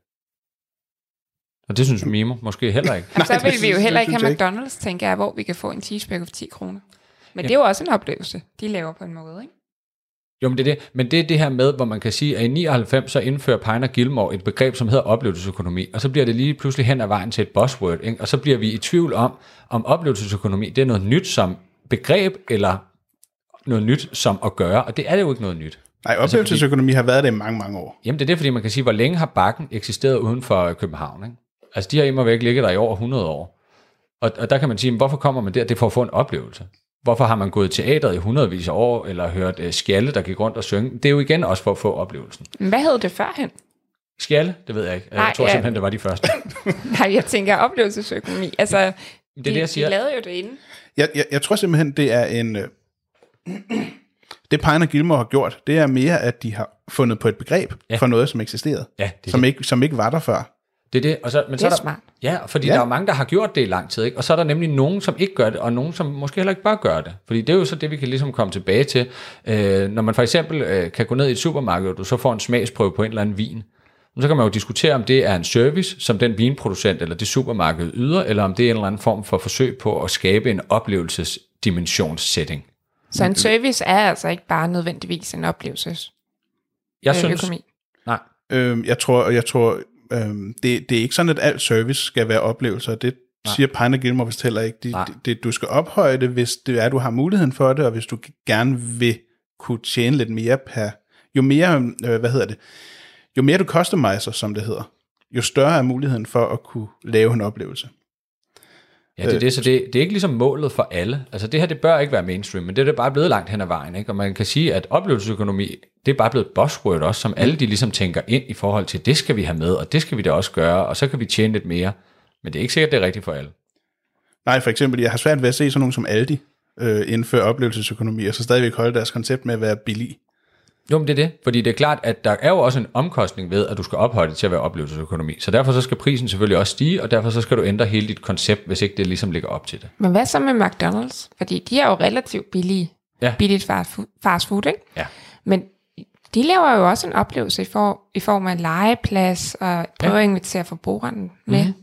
Speaker 2: Og det synes Mimo måske heller ikke.
Speaker 4: Jamen, så
Speaker 3: Nej,
Speaker 4: vil
Speaker 3: det
Speaker 4: vi jo
Speaker 3: synes-
Speaker 4: heller
Speaker 3: det
Speaker 4: ikke
Speaker 3: synes
Speaker 4: have
Speaker 3: jeg
Speaker 4: McDonald's, tænker jeg, hvor vi kan få en cheeseburger for ti kroner. Men
Speaker 2: Ja.
Speaker 4: det er jo også en oplevelse, de laver på en måde, ikke?
Speaker 2: Jo, men det er det. Men det er det her med, hvor man kan sige, at i nioghalvfems så indfører Piner Gilmore et begreb, som hedder oplevelsesøkonomi, og så bliver det lige pludselig hen ad vejen til et buzzword, ikke? Og så bliver vi i tvivl om, om oplevelsesøkonomi, det er noget nyt som begreb, eller noget nyt som at gøre, og det er det jo ikke noget nyt.
Speaker 3: Nej, oplevelsesøkonomi har været det i mange, mange år.
Speaker 2: Jamen det er det, fordi man kan sige, hvor længe har Bakken eksisteret uden for København, ikke? Altså de har immer væk ligget der i over hundrede år. Og, og der kan man sige, men hvorfor kommer man der? Det er for at få en oplevelse. Hvorfor har man gået i teateret i hundredvis af år, eller hørt uh, Skjalle, der gik rundt og synge? Det er jo igen også for at få oplevelsen.
Speaker 4: Men hvad hed det førhen?
Speaker 2: Skjalle? Det ved jeg ikke.
Speaker 4: Nej,
Speaker 2: jeg tror
Speaker 4: ja.
Speaker 2: simpelthen, det var de første.
Speaker 4: Nej, jeg tænker oplevelsesøkonomi. Altså,
Speaker 2: Det er
Speaker 4: de,
Speaker 2: det, jeg siger.
Speaker 4: de lavede jo det inden.
Speaker 3: Jeg, jeg, jeg tror simpelthen, det er en... Øh, det Piner Gilmore har gjort, det er mere, at de har fundet på et begreb
Speaker 2: Ja.
Speaker 3: for noget, som eksisterede.
Speaker 2: Ja, det er
Speaker 3: som,
Speaker 2: det.
Speaker 3: ikke, som ikke var der før.
Speaker 2: Det er det. Og så, men
Speaker 4: Det
Speaker 2: så
Speaker 4: er
Speaker 2: der,
Speaker 4: smart.
Speaker 2: Ja, fordi
Speaker 3: Ja.
Speaker 2: ja. der er jo mange, der har gjort det i lang tid, ikke? Og så er der nemlig nogen, som ikke gør det, og nogen, som måske heller ikke bare gør det. Fordi det er jo så det, vi kan ligesom komme tilbage til. Øh, når man for eksempel øh, kan gå ned i et supermarked, og du så får en smagsprøve på en eller anden vin, så kan man jo diskutere, om det er en service, som den vinproducent eller det supermarked yder, eller om det er en eller anden form for forsøg på at skabe en oplevelsesdimensionssetting.
Speaker 4: Så en service er altså ikke bare nødvendigvis en oplevelse.
Speaker 2: Jeg
Speaker 4: øh,
Speaker 2: synes...
Speaker 4: økonomi.
Speaker 2: Nej.
Speaker 3: Øhm, jeg tror, jeg tror øhm, det, det er ikke sådan, at alt service skal være oplevelser. Det
Speaker 2: Nej.
Speaker 3: siger Piner Gilmore vist heller ikke. Det,
Speaker 2: Nej.
Speaker 3: det, det, du skal ophøje det, hvis det er, du har muligheden for det, og hvis du gerne vil kunne tjene lidt mere per... Jo mere, øh, hvad hedder det? Jo mere du customiser, som det hedder, jo større er muligheden for at kunne lave en oplevelse.
Speaker 2: Ja, det er det, så det, det er ikke ligesom målet for alle. Altså det her, det bør ikke være mainstream, men det er det bare blevet langt hen ad vejen, ikke? Og man kan sige, at oplevelsesøkonomi, det er bare blevet et buzzword også, som alle de ligesom tænker ind i forhold til, det skal vi have med, og det skal vi da også gøre, og så kan vi tjene lidt mere. Men det er ikke sikkert, det er rigtigt for alle.
Speaker 3: Nej, for eksempel, jeg har svært ved at se sådan nogen som Aldi øh, indføre oplevelsesøkonomi, og så stadigvæk holde deres koncept med at være billig.
Speaker 2: Jo, men det er det, fordi det er klart, at der er jo også en omkostning ved, at du skal ophøje det til at være oplevelsesøkonomi. Så derfor så skal prisen selvfølgelig også stige, og derfor så skal du ændre hele dit koncept, hvis ikke det ligesom ligger op til det.
Speaker 4: Men hvad så med McDonald's? Fordi de er jo relativt billige,
Speaker 2: Ja.
Speaker 4: billigt fast food, fast food, ikke?
Speaker 2: Ja.
Speaker 4: Men de laver jo også en oplevelse i, for, i form af en legeplads, og prøver ja. at invitere forbrugeren med. Mm-hmm.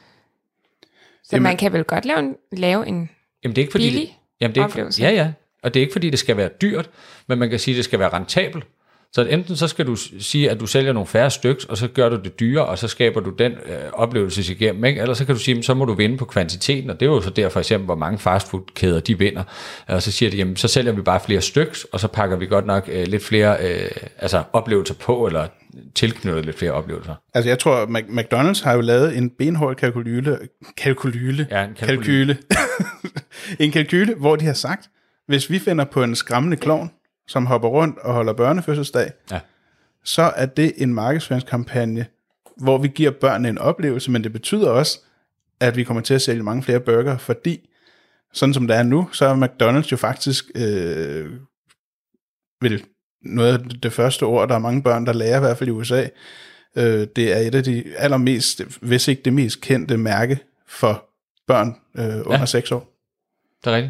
Speaker 4: Så
Speaker 3: Jamen,
Speaker 4: man kan vel godt lave en, lave en
Speaker 2: Jamen det er ikke fordi
Speaker 4: billig
Speaker 2: det, jamen, det er ikke,
Speaker 4: oplevelse.
Speaker 2: Ja, ja. Og det er ikke fordi det skal være dyrt, men man kan sige, at det skal være rentabelt. Så enten så skal du sige, at du sælger nogle færre stykker, og så gør du det dyrere, og så skaber du den øh, oplevelse igennem. Ikke? Eller så kan du sige, så må du vinde på kvantiteten, og det er jo så der for eksempel, hvor mange fastfoodkæder de vinder. Og så siger de, jamen så sælger vi bare flere stykker, og så pakker vi godt nok øh, lidt flere øh, altså oplevelser på, eller tilknyttet lidt flere oplevelser.
Speaker 3: Altså jeg tror, McDonald's har jo lavet en benhård kalkyle, kalkyle,
Speaker 2: Ja, en
Speaker 3: kalkyle, en kalkyle, hvor de har sagt, hvis vi finder på en skræmmende klovn, som hopper rundt og holder børnefødselsdag,
Speaker 2: Ja.
Speaker 3: så er det en markedsføringskampagne, hvor vi giver børnene en oplevelse, men det betyder også, at vi kommer til at sælge mange flere burger, fordi sådan som det er nu, så er McDonald's jo faktisk øh, vel noget af det første ord, der er mange børn, der lærer, i hvert fald i U S A. Øh, det er et af de allermest, hvis ikke det mest kendte mærke for børn øh, under
Speaker 2: Ja.
Speaker 3: seks år.
Speaker 2: Det er rigtigt.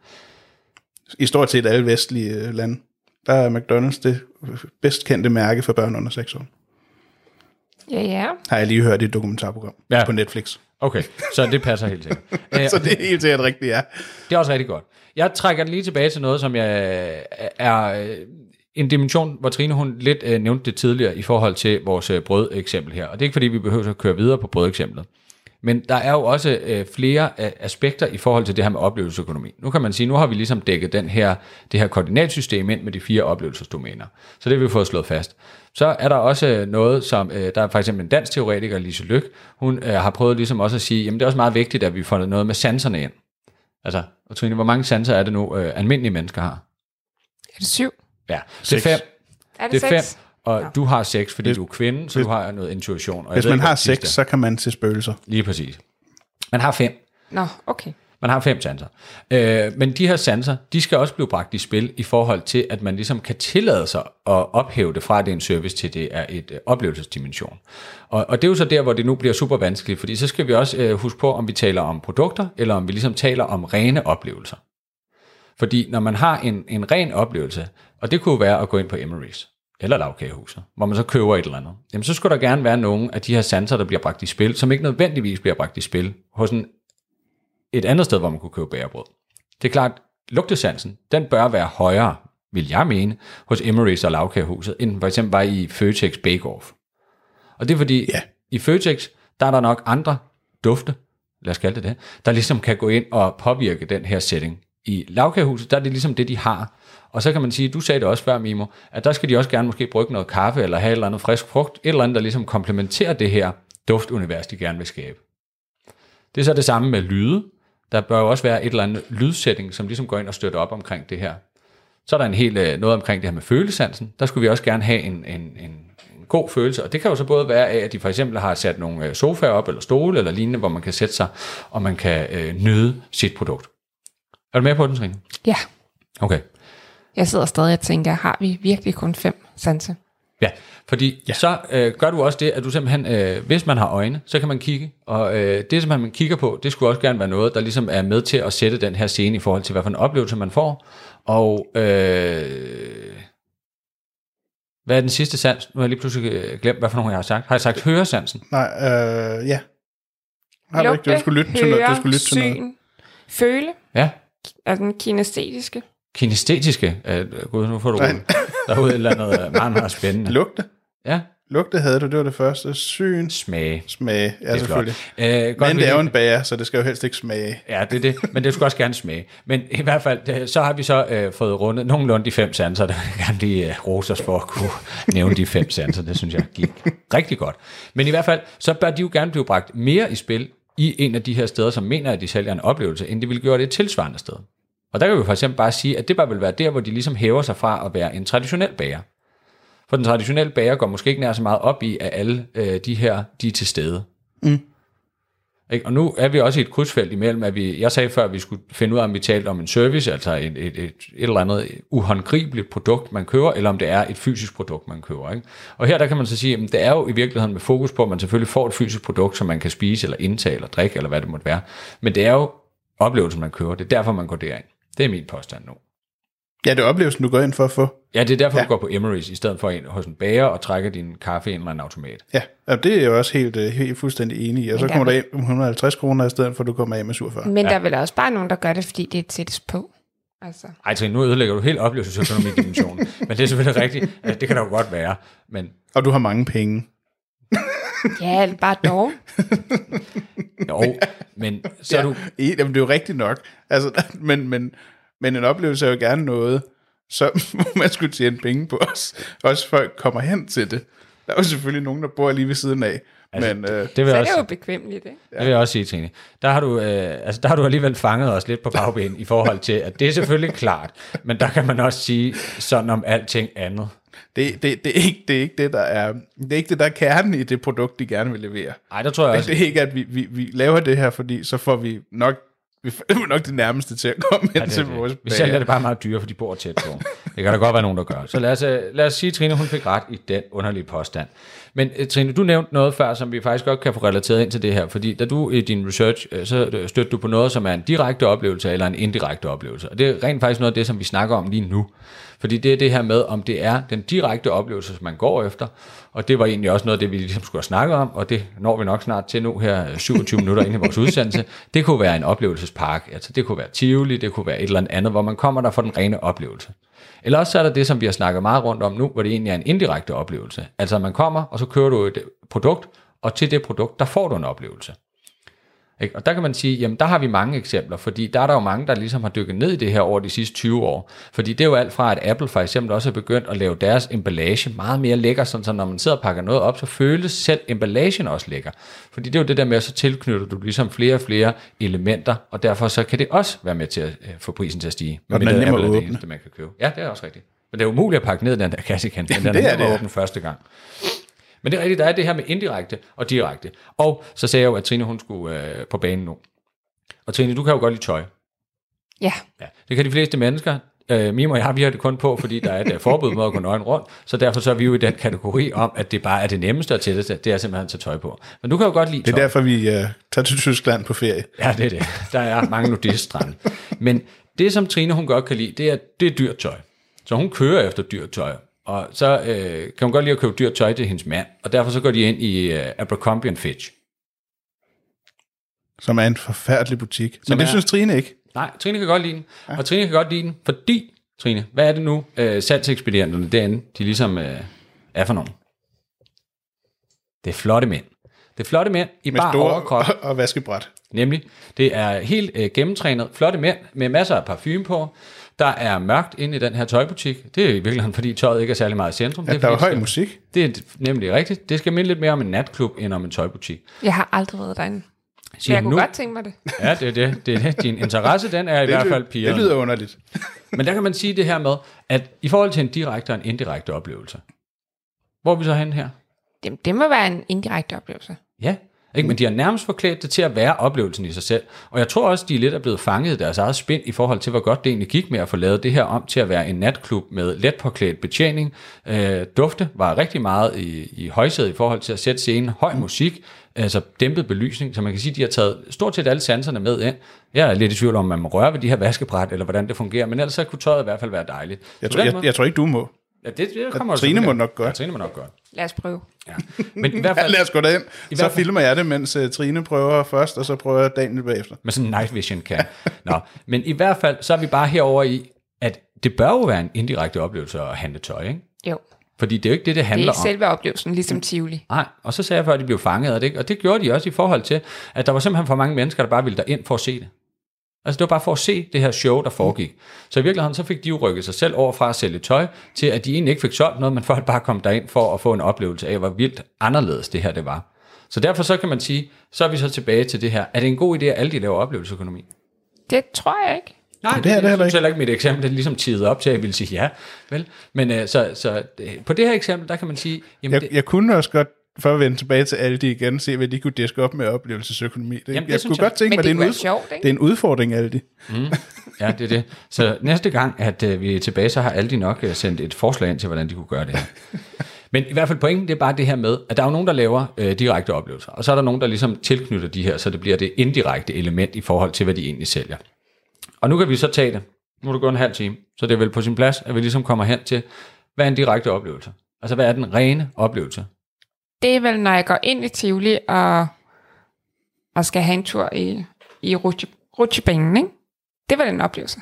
Speaker 3: I stort set alle vestlige øh, lande, der er McDonald's det bedst kendte mærke for børn under seks år.
Speaker 4: Ja, ja.
Speaker 3: Har jeg lige hørt i et dokumentarprogram
Speaker 2: Ja.
Speaker 3: på Netflix.
Speaker 2: Okay, så det passer helt sikkert. Æ,
Speaker 3: Så det er helt sikkert rigtigt, ja.
Speaker 2: Det er også rigtig godt. Jeg trækker lige tilbage til noget, som jeg er øh, en dimension, hvor Trine hun lidt øh, nævnte det tidligere i forhold til vores øh, brødeksempel her. Og det er ikke fordi, vi behøver at køre videre på brødeksemplet. Men der er jo også øh, flere øh, aspekter i forhold til det her med oplevelsesøkonomi. Nu kan man sige, nu har vi ligesom dækket den her, det her koordinatsystem ind med de fire oplevelsesdomæner. Så det har vi fået slået fast. Så er der også noget, som øh, der er for eksempel en dansk teoretiker, Lise Lyk, hun øh, har prøvet ligesom også at sige, jamen det er også meget vigtigt, at vi får noget med sanserne ind. Altså, og Trine, hvor mange sanser er det nu, øh, almindelige mennesker har?
Speaker 4: Er det syv?
Speaker 2: Ja, det er fem.
Speaker 4: Er det,
Speaker 2: Det er fem,
Speaker 4: seks?
Speaker 2: og
Speaker 4: Nå.
Speaker 2: du har seks, fordi
Speaker 3: Hvis-
Speaker 2: du er kvinde, så
Speaker 3: hvis-
Speaker 2: du har noget intuition. Og jeg
Speaker 3: Hvis
Speaker 2: ved
Speaker 3: man
Speaker 2: ikke,
Speaker 3: har
Speaker 2: hvad det sidste
Speaker 3: seks,
Speaker 2: er.
Speaker 3: så kan man se spøgelser.
Speaker 2: Lige præcis. Man har fem.
Speaker 4: Nå, okay.
Speaker 2: Man har fem sanser. Øh, men de her sanser, de skal også blive bragt i spil i forhold til, at man ligesom kan tillade sig at ophæve det fra, at det er en service, til det er et øh, oplevelsesdimension. Og, og det er jo så der, hvor det nu bliver super vanskeligt, fordi så skal vi også øh, huske på, om vi taler om produkter, eller om vi ligesom taler om rene oplevelser. Fordi når man har en, en ren oplevelse, og det kunne jo være at gå ind på Emery's, eller Lagkagehuset, hvor man så køber et eller andet, jamen så skulle der gerne være nogle af de her sanser, der bliver bragt i spil, som ikke nødvendigvis bliver bragt i spil hos en et andet sted, hvor man kunne købe bagerbrød. Det er klart, lugtesansen, den bør være højere, vil jeg mene, hos Emery's og Lagkagehuset, end den for eksempel var i Føtex Bake Off. Og det er fordi,
Speaker 3: Ja.
Speaker 2: i Føtex, der er der nok andre dufte, lad os kalde det det, der ligesom kan gå ind og påvirke den her setting. I Lagkagehuset, der er det ligesom det, de har. Og så kan man sige, du sagde det også før, Mimo, at der skal de også gerne måske brygge noget kaffe, eller have et eller andet frisk frugt, et eller andet, der ligesom komplementerer det her duftunivers, de gerne vil skabe. Det er så det samme med lyde. Der bør jo også være et eller andet lydsætning, som ligesom går ind og støtter op omkring det her. Så er der en hel øh, noget omkring det her med følesansen. Der skulle vi også gerne have en, en, en, en god følelse, og det kan jo så både være af, at de for eksempel har sat nogle øh, sofaer op, eller stole, eller lignende, hvor man kan sætte sig, og man kan øh, nyde sit produkt. Er du med på den, Trine?
Speaker 4: Ja.
Speaker 2: Okay.
Speaker 4: Jeg sidder stadig og tænker, har vi virkelig kun fem sanse?
Speaker 2: Ja, fordi ja. så øh, gør du også det, at du simpelthen, øh, hvis man har øjne, så kan man kigge, og øh, det, som man kigger på, det skulle også gerne være noget, der ligesom er med til at sætte den her scene i forhold til, hvad for en oplevelse man får, og øh, hvad er den sidste sans? Nu har jeg lige pludselig glemt, hvad for nogle jeg har sagt. Har jeg sagt høresansen?
Speaker 3: Nej, øh, ja. Har du ikke? Du skulle lytte til noget. Du skulle lytte til noget.
Speaker 4: syn, føle,
Speaker 2: Ja.
Speaker 4: altså den kinestetiske.
Speaker 2: Kinestetiske. Øh, Gud, nu får du derude et eller andet øh, meget, meget spændende.
Speaker 3: Lugte.
Speaker 2: Ja.
Speaker 3: Lugte havde du, det var det første. Syn,
Speaker 2: Smage.
Speaker 3: smage. Ja,
Speaker 2: Det er
Speaker 3: selvfølgelig.
Speaker 2: flot. Øh, godt,
Speaker 3: Men
Speaker 2: vi
Speaker 3: det er jo
Speaker 2: lige-
Speaker 3: en bager, så det skal jo helst ikke smage.
Speaker 2: Ja, det er det, men det skulle også gerne smage. Men i hvert fald, det- så har vi så øh, fået rundet nogenlunde de fem sanser, der vil jeg gerne lige øh, rose os for at kunne nævne de fem sanser. Det synes jeg gik rigtig godt. Men i hvert fald, så bør de jo gerne blive bragt mere i spil i en af de her steder, som mener, at de sælger en oplevelse, end de ville gøre det et tilsvarende sted. Og der kan vi for eksempel bare sige, at det bare vil være der, hvor de ligesom hæver sig fra at være en traditionel bager. For den traditionelle bager går måske ikke nær så meget op i, at alle øh, de her, de er til stede.
Speaker 3: Mm.
Speaker 2: Ikke? Og nu er vi også i et krydsfelt imellem, at vi, jeg sagde før, at vi skulle finde ud af, om vi talte om en service, altså et, et, et, et eller andet uhåndgribeligt produkt, man køber, eller om det er et fysisk produkt, man køber. Ikke? Og her der kan man så sige, at det er jo i virkeligheden med fokus på, at man selvfølgelig får et fysisk produkt, som man kan spise, eller indtage, eller drikke, eller hvad det måtte være. Men det er jo oplevelsen, man køber. Det er derfor, man går derind. Det er min påstand nu.
Speaker 3: Ja, det er oplevelsen, du går ind for at få.
Speaker 2: Ja, det er derfor,
Speaker 3: ja.
Speaker 2: du går på Emery's, i stedet for en hos en bager og trækker din kaffe i en eller anden automat.
Speaker 3: Ja, og det er jeg også helt, helt fuldstændig enig i. Og så kommer der ind om et hundrede og halvtreds kroner, i stedet for at du kommer af med syvogfyrre.
Speaker 4: Men
Speaker 2: ja.
Speaker 4: der er vel også bare nogen, der gør det, fordi det sættes på. Altså.
Speaker 2: Ej, Trine, nu ødelægger du helt oplevelsesøkonomi-dimensionen. Men det er selvfølgelig rigtigt. Det kan da jo godt være. Men...
Speaker 3: Og du har mange penge.
Speaker 4: Ja, eller bare dog.
Speaker 2: Jo, men så
Speaker 3: ja,
Speaker 2: er du...
Speaker 3: Jamen, det er jo rigtigt nok. Altså, men, men, men en oplevelse er jo gerne noget, så man skulle tjene penge på os. Også folk kommer hen til det. Der er jo selvfølgelig nogen, der bor lige ved siden af.
Speaker 2: Altså,
Speaker 3: men, øh,
Speaker 2: det, vil
Speaker 4: så er
Speaker 2: også,
Speaker 4: det jo bekvemmeligt, ikke?
Speaker 2: Det vil jeg også sige, Trine. Der har, du, øh, altså, der har du alligevel fanget os lidt på bagben i forhold til, at det er selvfølgelig klart, men der kan man også sige sådan om alting andet.
Speaker 3: Det, det, det, er ikke, det er ikke det, der er, det er ikke det, der er kernen i det produkt, de gerne vil levere.
Speaker 2: Nej, der tror jeg også.
Speaker 3: Det er ikke, at vi, vi, vi laver det her, fordi så får vi nok, vi får nok det nærmeste til at komme ind ja, til vores bager.
Speaker 2: Vi sælger det bare meget dyre, for de bor tæt på. Det kan der godt være nogen, der gør. Så lad os, lad os sige, at Trine hun fik ret i den underlige påstand. Men Trine, du nævnte noget før, som vi faktisk godt kan få relateret ind til det her, fordi da du i din research, så stødte du på noget, som er en direkte oplevelse eller en indirekte oplevelse. Og det er rent faktisk noget af det, som vi snakker om lige nu. Fordi det er det her med, om det er den direkte oplevelse, som man går efter, og det var egentlig også noget af det, vi ligesom skulle snakke om, og det når vi nok snart til nu her syvogtyve minutter inde i vores udsendelse. Det kunne være en oplevelsespark, altså det kunne være Tivoli, det kunne være et eller andet, hvor man kommer der for den rene oplevelse. Eller også er der det, som vi har snakket meget rundt om nu, hvor det egentlig er en indirekte oplevelse. Altså man kommer, og så kører du et produkt, og til det produkt, der får du en oplevelse. Ikke? Og der kan man sige, jamen der har vi mange eksempler, fordi der er der jo mange, der ligesom har dykket ned i det her over de sidste tyve år. Fordi det er jo alt fra, at Apple for eksempel også er begyndt at lave deres emballage meget mere lækker, sådan så når man sidder og pakker noget op, så føles selv emballagen også lækker. Fordi det er jo det der med, at så tilknytter du ligesom flere og flere elementer, og derfor så kan det også være med til at få prisen til at stige.
Speaker 3: Og den er nem at åbne.
Speaker 2: Det eneste, man kan købe. Ja, det er også rigtigt. Men det er umuligt at pakke ned den der kasse igen, men den
Speaker 3: det
Speaker 2: er
Speaker 3: er
Speaker 2: nem at
Speaker 3: det.
Speaker 2: åbne første gang. Men det er rigtigt, der er det her med indirekte og direkte. Og så sagde jeg jo, at Trine hun skulle øh, på banen nu. Og Trine, du kan jo godt lide tøj.
Speaker 4: Ja.
Speaker 2: Ja, det kan de fleste mennesker. Øh, Mime og jeg, vi har det kun på, fordi der er et forbud mod at gå nøgen rundt. Så derfor så er vi jo i den kategori om, at det bare er det nemmeste at tælle, det er simpelthen at tage tøj på. Men du kan jo godt lide tøj.
Speaker 3: Det er derfor, vi uh, tager til Tyskland på ferie.
Speaker 2: Ja, det er det. Der er mange nudiststrande. Men det, som Trine hun godt kan lide, det er, det er dyrt tøj. Så hun kører efter dyrt tøj. Og så øh, kan hun godt lide at købe dyrt tøj til hendes mand, og derfor så går de ind i uh, Abercrombie and Fitch.
Speaker 3: Som er en forfærdelig butik. Som Men det er, synes Trine ikke.
Speaker 2: Nej, Trine kan godt lide den. Ja. Og Trine kan godt lide den, fordi, Trine, hvad er det nu, øh, salgsekspedienterne derinde, de ligesom øh, er for nogen? Det er flotte mænd. Det er flotte mænd i
Speaker 3: med
Speaker 2: bare overkrop.
Speaker 3: Og, og vaskebræt.
Speaker 2: Nemlig, det er helt øh, gennemtrænet, flotte mænd med masser af parfume på. Der er mørkt inde i den her tøjbutik. Det er i virkeligheden, fordi tøjet ikke er særlig meget i centrum.
Speaker 3: Ja,
Speaker 2: det er,
Speaker 3: der er
Speaker 2: fordi,
Speaker 3: høj
Speaker 2: skal,
Speaker 3: musik.
Speaker 2: Det er nemlig rigtigt. Det skal minde lidt mere om en natklub, end om en tøjbutik.
Speaker 4: Jeg har aldrig været derinde.
Speaker 2: Siger
Speaker 4: jeg kunne
Speaker 2: nu,
Speaker 4: godt tænke mig det.
Speaker 2: Ja, det er det. det, er det. Din interesse, den er i
Speaker 3: det,
Speaker 2: hvert fald pigerne.
Speaker 3: Det lyder underligt.
Speaker 2: Men der kan man sige det her med, at i forhold til en direkte og en indirekte oplevelse, hvor er vi så hen her?
Speaker 4: Det, det må være en indirekte oplevelse.
Speaker 2: Ja, ikke? Men de har nærmest forklædt det til at være oplevelsen i sig selv. Og jeg tror også, de er lidt er blevet fanget i deres eget spind i forhold til, hvor godt det egentlig gik med at få lavet det her om til at være en natklub med let påklædt betjening. Øh, dufte var rigtig meget i, i højsædet i forhold til at sætte scenen. Høj musik, altså dæmpet belysning, så man kan sige, at de har taget stort set alle sanserne med ind. Jeg er lidt i tvivl om, man må røre ved de her vaskebræt, eller hvordan det fungerer, men ellers så kunne tøjet i hvert fald være dejligt.
Speaker 3: Jeg, tror, jeg, jeg tror ikke, du må.
Speaker 2: Ja, det, det kommer
Speaker 3: ja, Trine må nok godt.
Speaker 2: Ja, Trine må nok godt.
Speaker 4: Lad os prøve.
Speaker 2: Ja. Men i hvert fald,
Speaker 3: ja, lad os gå derind. Så
Speaker 2: fald,
Speaker 3: filmer jeg det, mens uh, Trine prøver først, og så prøver Daniel bagefter.
Speaker 2: Med sådan en night vision cam. Nå, men i hvert fald, så er vi bare herover i, at det bør jo være en indirekte oplevelse at handle tøj, ikke?
Speaker 4: Jo.
Speaker 2: Fordi det er jo ikke det, det handler om.
Speaker 4: Det er ikke selve oplevelsen, ligesom Tivoli.
Speaker 2: Nej, og så sagde jeg før, at de blev fanget af det, ikke? Og det gjorde de også i forhold til, at der var simpelthen for mange mennesker, der bare ville derind for at se det. Altså det var bare for at se det her show, der foregik. Så i virkeligheden, så fik de jo rykket sig selv over fra at sælge tøj, til at de egentlig ikke fik solgt noget, men folk bare kom derind for at få en oplevelse af, hvor vildt anderledes det her det var. Så derfor så kan man sige, så er vi så tilbage til det her. Er det en god idé, at alle de laver oplevelseøkonomi?
Speaker 4: Det tror jeg ikke.
Speaker 2: Nej, det,
Speaker 3: det er det heller
Speaker 2: ikke. heller ikke mit eksempel. Det er ligesom tidet op til, at jeg ville sige ja. Vel? Men øh, så, så øh, på det her eksempel, der kan man sige... Jamen,
Speaker 3: jeg,
Speaker 2: det,
Speaker 3: jeg kunne også godt for at vende tilbage til Aldi igen, se hvad de kunne diske op med oplevelsesøkonomi. Det,
Speaker 2: Jamen, det
Speaker 3: jeg
Speaker 2: synes
Speaker 3: kunne
Speaker 2: jeg.
Speaker 3: godt tænke
Speaker 4: Men
Speaker 3: mig,
Speaker 4: det
Speaker 3: det,
Speaker 4: kunne
Speaker 3: er
Speaker 4: være
Speaker 3: en
Speaker 4: sjovt, ikke?
Speaker 3: det er en udfordring, Aldi.
Speaker 2: Mm. Ja, det er det. Så næste gang, at øh, vi er tilbage, så har Aldi nok øh, sendt et forslag ind til, hvordan de kunne gøre det her. Men i hvert fald pointen, det er bare det her med, at der er jo nogen, der laver øh, direkte oplevelser, og så er der nogen, der ligesom tilknytter de her, så det bliver det indirekte element i forhold til, hvad de egentlig sælger. Og nu kan vi så tage det. Nu er det gået en halv time, så det er vel på sin plads, at vi ligesom kommer hen til, hvad er en direkte oplevelse? Altså, hvad er den rene oplevelse?
Speaker 4: Det er vel, når jeg går ind i Tivoli og, og skal have en tur i, i rutsjebanen, ikke? Det er vel en oplevelse.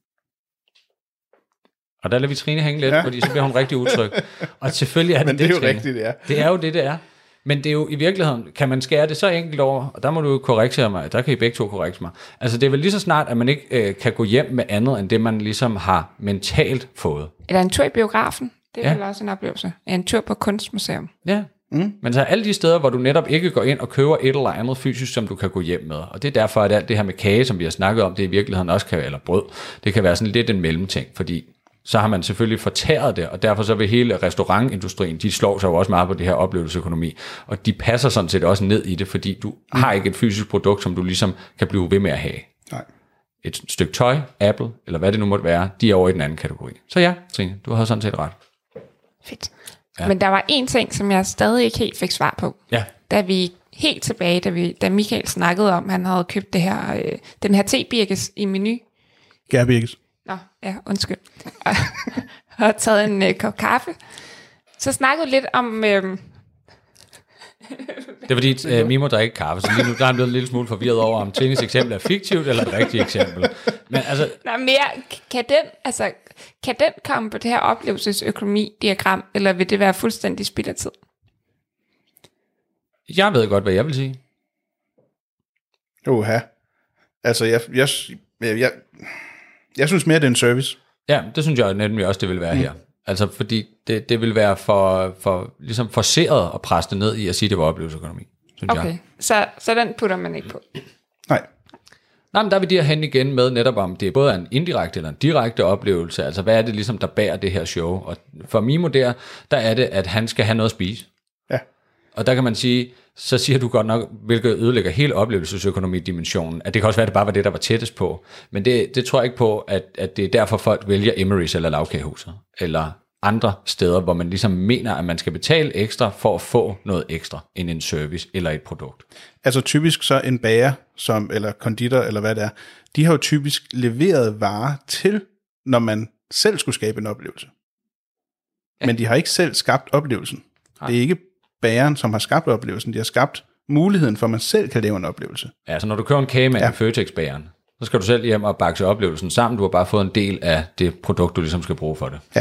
Speaker 2: Og der lader vi Trine hænge lidt,
Speaker 3: Ja.
Speaker 2: ja. fordi så bliver hun rigtig utryg. Og selvfølgelig er det
Speaker 3: Men det er jo
Speaker 2: Trine.
Speaker 3: rigtigt, ja.
Speaker 2: Det er jo det, det er. Men det er jo i virkeligheden, kan man skære det så enkelt over, og der må du jo korrektere mig, der kan I begge to korrektere mig. Altså det er vel lige så snart, at man ikke øh, kan gå hjem med andet, end det man ligesom har mentalt fået.
Speaker 4: Eller en tur i biografen. Det er
Speaker 2: Ja.
Speaker 4: vel også en oplevelse. En tur på kunstmuseum.
Speaker 2: Ja. Mm. Men så er alle de steder, hvor du netop ikke går ind og køber et eller andet fysisk, som du kan gå hjem med. Og det er derfor, at alt det her med kage, som vi har snakket om, det i virkeligheden også kan, eller brød, det kan være sådan lidt en mellemting, fordi så har man selvfølgelig fortæret det, og derfor så vil hele restaurantindustrien, de slår sig jo også meget på det her oplevelsesøkonomi, og de passer sådan set også ned i det, fordi du mm. har ikke et fysisk produkt, som du ligesom kan blive ved med at have.
Speaker 3: Nej.
Speaker 2: Et stykke tøj, Apple, eller hvad det nu måtte være, de er over i den anden kategori. Så ja, Trine, du har sådan set ret.
Speaker 4: Fedt.
Speaker 2: Ja.
Speaker 4: Ja. Men der var en ting, som jeg stadig ikke helt fik svar på.
Speaker 2: Ja.
Speaker 4: Da vi helt tilbage, da, vi, da Michael snakkede om, han havde købt det her, øh, den her tebirkes i Menu.
Speaker 3: Gærbirkes.
Speaker 4: Nå, ja, undskyld. Og har taget en øh, kop kaffe. Så snakkede lidt om... Øh,
Speaker 2: Det er fordi, øh, Mimo drikker ikke kaffe, så lige nu der er han blevet en lille smule forvirret over, om Trines eksempel er fiktivt eller et rigtigt eksempel. Men altså,
Speaker 4: nej, mere, kan den, altså, kan den komme på det her oplevelsesøkonomi-diagram, eller vil det være fuldstændig spild af tid?
Speaker 2: jeg ved godt, hvad jeg vil sige.
Speaker 3: Oha. Altså, jeg, jeg, jeg, jeg, jeg synes mere, det er en service.
Speaker 2: Ja, det synes jeg nemlig også, det vil være mm. her. Altså, fordi det, det vil være for, for ligesom forceret at presse det ned i at sige, det var oplevelsesøkonomi, synes
Speaker 4: Okay,
Speaker 2: jeg.
Speaker 4: så, så den putter man ikke på.
Speaker 3: Nej.
Speaker 2: Nej, men der vil de her hen igen med netop om, det er både en indirekte eller en direkte oplevelse, altså hvad er det ligesom, der bærer det her show? Og for Mimo der, der er det, at han skal have noget at spise.
Speaker 3: Ja.
Speaker 2: Og der kan man sige, så siger du godt nok, hvilket ødelægger hele oplevelsesøkonomi-dimensionen, at det kan også være, at det bare var det, der var tættest på. Men det, det tror jeg ikke på, at, at det er derfor, folk vælger Emery's eller Lagkagehuset, eller andre steder, hvor man ligesom mener, at man skal betale ekstra for at få noget ekstra end en service eller et produkt.
Speaker 3: Altså typisk så en bager, som, eller konditor, eller hvad det er, de har jo typisk leveret varer til, når man selv skulle skabe en oplevelse. Ja. Men de har ikke selv skabt oplevelsen. Nej. Det er ikke bageren, som har skabt oplevelsen. De har skabt muligheden for, at man selv kan lave en oplevelse.
Speaker 2: Ja, så når du køber en kagemand
Speaker 3: Ja.
Speaker 2: i Føtex-bageren, så skal du selv hjem og bakse oplevelsen sammen. Du har bare fået en del af det produkt, du ligesom skal bruge for det.
Speaker 3: Ja.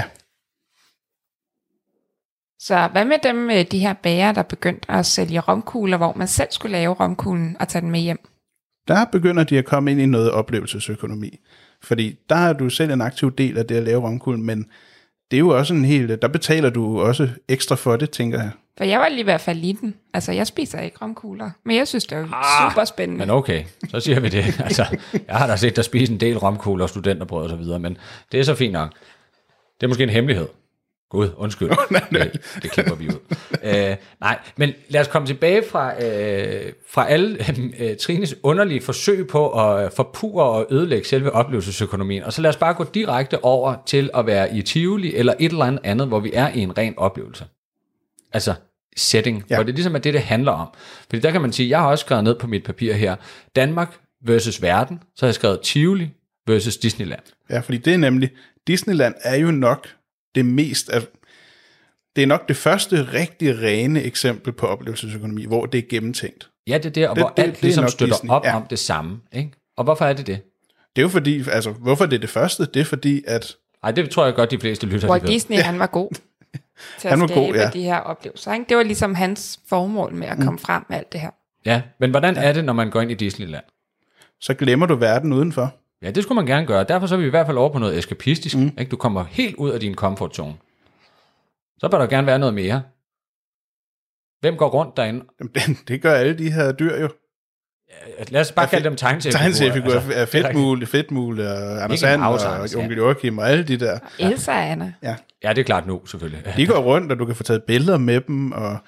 Speaker 4: Så hvad med dem, øh, de her bager, der begyndte at sælge romkugler, hvor man selv skulle lave romkuglen og tage den med hjem?
Speaker 3: Der begynder de at komme ind i noget oplevelsesøkonomi. Fordi der er du selv en aktiv del af det at lave romkuglen, men det er jo også en hel... Der betaler du også ekstra for det, tænker jeg.
Speaker 4: For jeg var lige i hvert fald liten. Altså, jeg spiser ikke romkugler. Men jeg synes, det var ah, super spændende.
Speaker 2: Men okay, så siger vi det. Altså, jeg har da set dig spise en del romkugler og studenterbrød og så videre, men det er så fint nok. Det er måske en hemmelighed. Gud, undskyld. Oh, nej, nej. Det, det klipper vi ud. uh, nej, men lad os komme tilbage fra, uh, fra alle uh, Trines underlige forsøg på at forpure og ødelægge selve oplevelsesøkonomien, og så lad os bare gå direkte over til at være i Tivoli eller et eller andet andet, hvor vi er i en ren oplevelse. Altså setting, ja. Hvor det ligesom er det, det handler om. Fordi der kan man sige, jeg har også skrevet ned på mit papir her, Danmark versus verden, så har jeg skrevet Tivoli versus Disneyland.
Speaker 3: Ja, fordi det er nemlig, Disneyland er jo nok det mest, altså, det er nok det første rigtig rene eksempel på oplevelsesøkonomi, hvor det er gennemtænkt.
Speaker 2: Ja, det er der,
Speaker 3: det,
Speaker 2: hvor
Speaker 3: det,
Speaker 2: alt
Speaker 3: det
Speaker 2: ligesom støtter
Speaker 3: Disney.
Speaker 2: op
Speaker 3: ja.
Speaker 2: om det samme. Ikke? Og hvorfor er det det?
Speaker 3: Det er jo fordi, altså, hvorfor det er det første? Det er fordi, at...
Speaker 2: Ej, det tror jeg godt, de fleste lytter
Speaker 4: hvor
Speaker 2: til.
Speaker 4: Disney, han var god til at
Speaker 3: Han var
Speaker 4: skabe
Speaker 3: god, ja.
Speaker 4: de her oplevelser. Ikke? Det var ligesom hans formål med at komme mm. frem med alt det her.
Speaker 2: Ja, men hvordan er det, når man går ind i Disneyland?
Speaker 3: Så glemmer du verden udenfor.
Speaker 2: Ja, det skulle man gerne gøre. Derfor så er vi i hvert fald over på noget eskapistisk. Mm. Ikke? Du kommer helt ud af din comfort zone. Så bør der gerne være noget mere. Hvem går rundt derinde?
Speaker 3: Jamen, det gør alle de her dyr jo.
Speaker 2: Ja, lad os bare kalde dem tegneseriefigurer.
Speaker 3: Tegneseriefigurer
Speaker 2: altså,
Speaker 3: er Fedtmule, Fedtmule og Anders
Speaker 2: Ikke en
Speaker 3: And og
Speaker 2: afsang,
Speaker 3: onkel Joachim og alle de der.
Speaker 4: Elsa og Anna.
Speaker 3: Ja.
Speaker 2: Ja, det er klart nu, selvfølgelig.
Speaker 3: De går rundt, og du kan få taget billeder med dem, og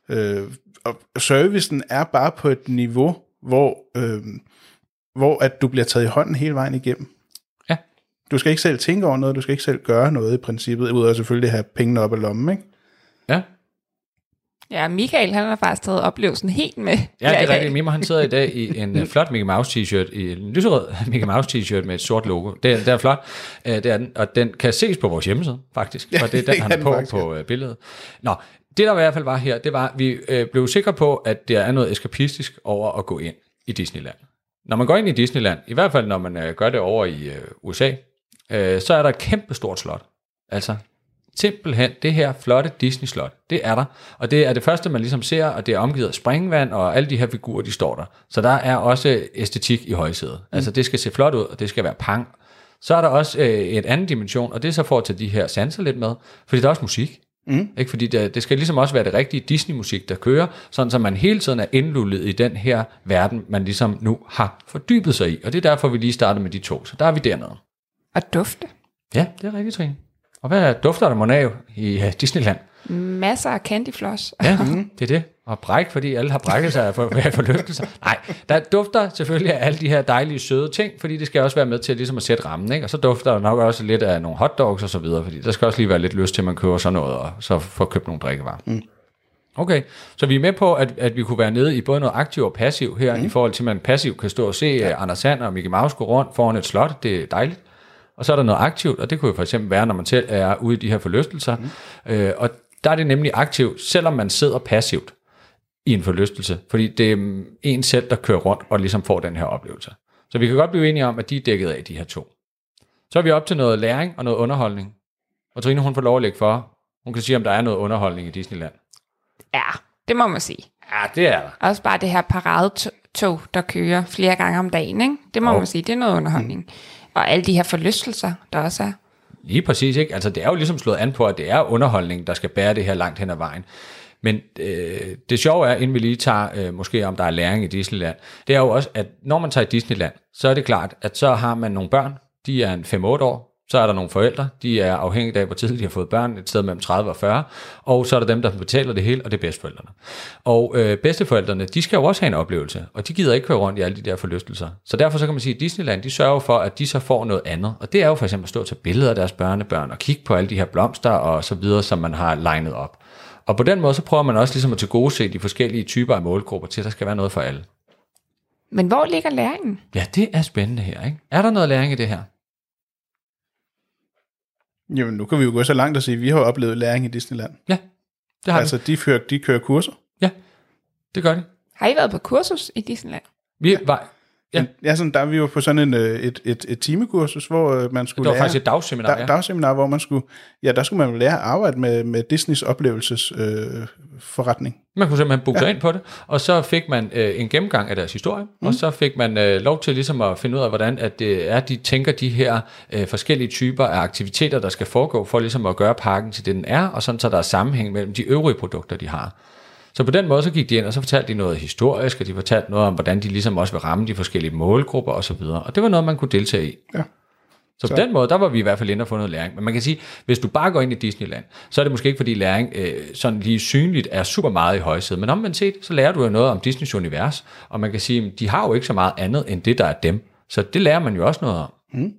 Speaker 3: Øh, og servicen er bare på et niveau, hvor, øh, hvor at du bliver taget i hånden hele vejen igennem.
Speaker 2: Ja.
Speaker 3: Du skal ikke selv tænke over noget, du skal ikke selv gøre noget i princippet, udover selvfølgelig at have pengene op ad lommen, ikke?
Speaker 2: Ja.
Speaker 4: Ja, Michael, han har faktisk taget oplevelsen helt med.
Speaker 2: Ja, det er rigtigt. Mimo, han sidder i dag i en uh, flot Mickey Mouse t-shirt, i en lyserød Mickey Mouse t-shirt med et sort logo. Det, det er flot, uh, det er den, og den kan ses på vores hjemmeside, faktisk. Ja, og det er den, han er på faktisk, på uh, billedet. Nå, det der i hvert fald var her, det var, at vi uh, blev sikre på, at der er noget eskapistisk over at gå ind i Disneyland. Når man går ind i Disneyland, i hvert fald når man uh, gør det over i uh, U S A, uh, så er der et kæmpe stort slot. Altså simpelthen det her flotte Disney-slot, det er der, og det er det første, man ligesom ser, og det er omgivet af springvand, og alle de her figurer, de står der. Så der er også æstetik i højsædet. Mm. Altså det skal se flot ud, og det skal være pang. Så er der også øh, et andet dimension, og det er så for at tage de her sanser lidt med, fordi der er også musik. Mm. Ikke? Fordi det, det skal ligesom også være det rigtige Disney-musik, der kører, sådan så man hele tiden er indlullet i den her verden, man ligesom nu har fordybet sig i, og det er derfor, vi lige starter med de to. Så der er vi dernede.
Speaker 4: Og dufte.
Speaker 2: Ja, det er rigtigt, Trine. Og hvad dufter der mon af i uh, Disneyland?
Speaker 4: Masser af candyfloss.
Speaker 2: Ja, det er det. Og bræk, fordi alle har brækket sig for, for forlystelser. Nej, der dufter selvfølgelig af alle de her dejlige, søde ting, fordi det skal også være med til ligesom at sætte rammen. Ikke? Og så dufter der nok også lidt af nogle hotdogs og så videre, fordi der skal også lige være lidt lyst til, at man køber sådan noget, og så får købt nogle drikkevarer. Mm. Okay, så vi er med på, at, at vi kunne være nede i både noget aktiv og passiv her, mm. i forhold til, at man passiv kan stå og se ja. Anders Sand og Mickey Mouse gå rundt foran et slot. Det er dejligt. Og så er der noget aktivt, og det kunne jo for eksempel være, når man selv er ude i de her forlystelser. Mm. Øh, og der er det nemlig aktivt, selvom man sidder passivt i en forlystelse. Fordi det er en selv, der kører rundt og ligesom får den her oplevelse. Så vi kan godt blive enige om, at de er dækket af de her to. Så er vi op til noget læring og noget underholdning. Og Trine, hun får lov at lægge for. Hun kan sige, om der er noget underholdning i Disneyland.
Speaker 4: Ja, det må man sige.
Speaker 2: Ja, det er der.
Speaker 4: Også bare det her paradetog, der kører flere gange om dagen, ikke? Det må oh. man sige, det er noget underholdning. Mm. Og alle de her forlystelser, der også er. Lige
Speaker 2: præcis, ikke? Altså det er jo ligesom slået an på, at det er underholdning, der skal bære det her langt hen ad vejen. Men øh, det sjove er, inden vi lige tager øh, måske om der er læring i Disneyland, det er jo også, at når man tager i Disneyland, så er det klart, at så har man nogle børn, de er en fem otte år, så er der nogle forældre, de er afhængige af, hvor tidligt de har fået børn, et sted mellem tredive og fyrre, og så er der dem, der betaler det hele, og det er bedsteforældrene. Og øh, bedsteforældrene, de skal jo også have en oplevelse, og de gider ikke køre rundt i alle de der forlystelser. Så derfor så kan man sige, at Disneyland, de sørger for, at de så får noget andet, og det er jo for eksempel at stå og tage billeder af deres børnebørn, og kigge på alle de her blomster og så videre, som man har legnet op. Og på den måde, så prøver man også ligesom at tilgodese de forskellige typer af målgrupper til, at der skal være noget for alle.
Speaker 4: Men hvor ligger læringen?
Speaker 2: Ja, det er spændende her, ikke? Er der noget læring i det her?
Speaker 3: Jamen, nu kan vi jo gå så langt og sige, at vi har oplevet læring i Disneyland.
Speaker 2: Ja, det har
Speaker 3: altså, vi. Altså, de, fører, de kører kurser.
Speaker 2: Ja, det gør de.
Speaker 4: Har I været på kursus i Disneyland?
Speaker 2: Vi var... Ja,
Speaker 3: ja sådan, der vi jo på sådan en, et, et, et timekursus, hvor man skulle lære...
Speaker 2: Det var faktisk et dagseminar,
Speaker 3: dag, ja. dagseminar, hvor man skulle... Ja, der skulle man lære at arbejde med, med Disneys oplevelsesforretning. Øh,
Speaker 2: man kunne simpelthen booke ja. sig ind på det, og så fik man øh, en gennemgang af deres historie, mm. og så fik man øh, lov til ligesom at finde ud af, hvordan at det er, de tænker de her øh, forskellige typer af aktiviteter, der skal foregå, for ligesom at gøre pakken til det, den er, og sådan så der er sammenhæng mellem de øvrige produkter, de har. Så på den måde, så gik de ind, og så fortalte de noget historisk, og de fortalte noget om, hvordan de ligesom også vil ramme de forskellige målgrupper og så videre. Og det var noget, man kunne deltage i.
Speaker 3: Ja.
Speaker 2: Så, så på den måde, der var vi i hvert fald inde og få noget læring. Men man kan sige, hvis du bare går ind i Disneyland, så er det måske ikke, fordi læring øh, sådan lige synligt er super meget i højsædet. Men omvendt set, så lærer du jo noget om Disneys univers, og man kan sige, at de har jo ikke så meget andet, end det, der er dem. Så det lærer man jo også noget om. Mm.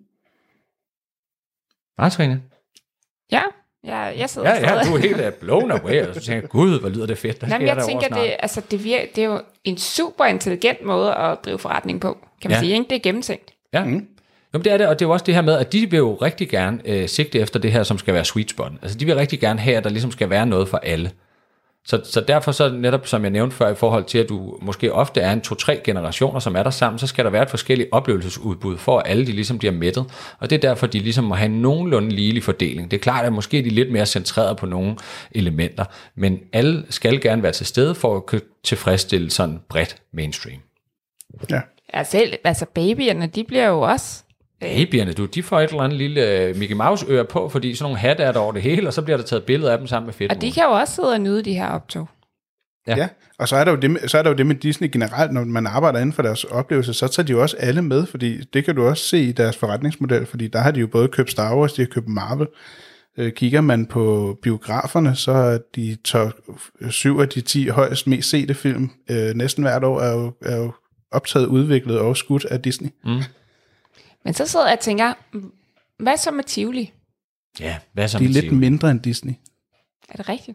Speaker 2: Nej, Trine?
Speaker 4: Ja. Ja, jeg sidder
Speaker 2: ja, ja, du er helt blown away, og så tænker jeg, gud, hvor lyder det fedt.
Speaker 4: Jamen, jeg tænker, det, altså, det, virker, det er jo en super intelligent måde at drive forretning på, kan man ja. sige, ikke? Det er gennemtænkt.
Speaker 2: Ja, mm. Jamen, det er det, og det er jo også det her med, at de vil jo rigtig gerne øh, sigte efter det her, som skal være sweet spot. Altså, de vil rigtig gerne have, at der ligesom skal være noget for alle. Så, så derfor så netop, som jeg nævnte før, i forhold til, at du måske ofte er en to-tre generationer, som er der sammen, så skal der være et forskelligt oplevelsesudbud, for at alle de ligesom bliver mættet. Og det er derfor, de ligesom må have en nogenlunde ligelig fordeling. Det er klart, at måske er de lidt mere centreret på nogle elementer, men alle skal gerne være til stede for at kunne tilfredsstille sådan bredt mainstream.
Speaker 3: Ja.
Speaker 4: Ja, selv, altså babyerne, de bliver jo også...
Speaker 2: Babyerne, du, de får et eller andet lille Mickey Mouse-øre på, fordi sådan nogle hatte er der over det hele, og så bliver der taget billeder af dem sammen med fedt.
Speaker 4: Og de kan jo også sidde og nyde de her optog.
Speaker 3: Ja. ja, og så er, der jo det med, så er der jo det med Disney generelt, når man arbejder inden for deres oplevelse, så tager de jo også alle med, fordi det kan du også se i deres forretningsmodel, fordi der har de jo både købt Star Wars, de har købt Marvel, Øh, kigger man på biograferne, så er de top syv af de ti højst mest sete film øh, næsten hvert år er jo, er jo optaget, udviklet og skudt af Disney.
Speaker 2: Mm.
Speaker 4: Men så sidder jeg og tænker, hvad så med Tivoli?
Speaker 2: Ja, hvad så
Speaker 3: De er
Speaker 2: med
Speaker 3: lidt
Speaker 2: Tivoli?
Speaker 3: mindre end Disney.
Speaker 4: Er det rigtigt?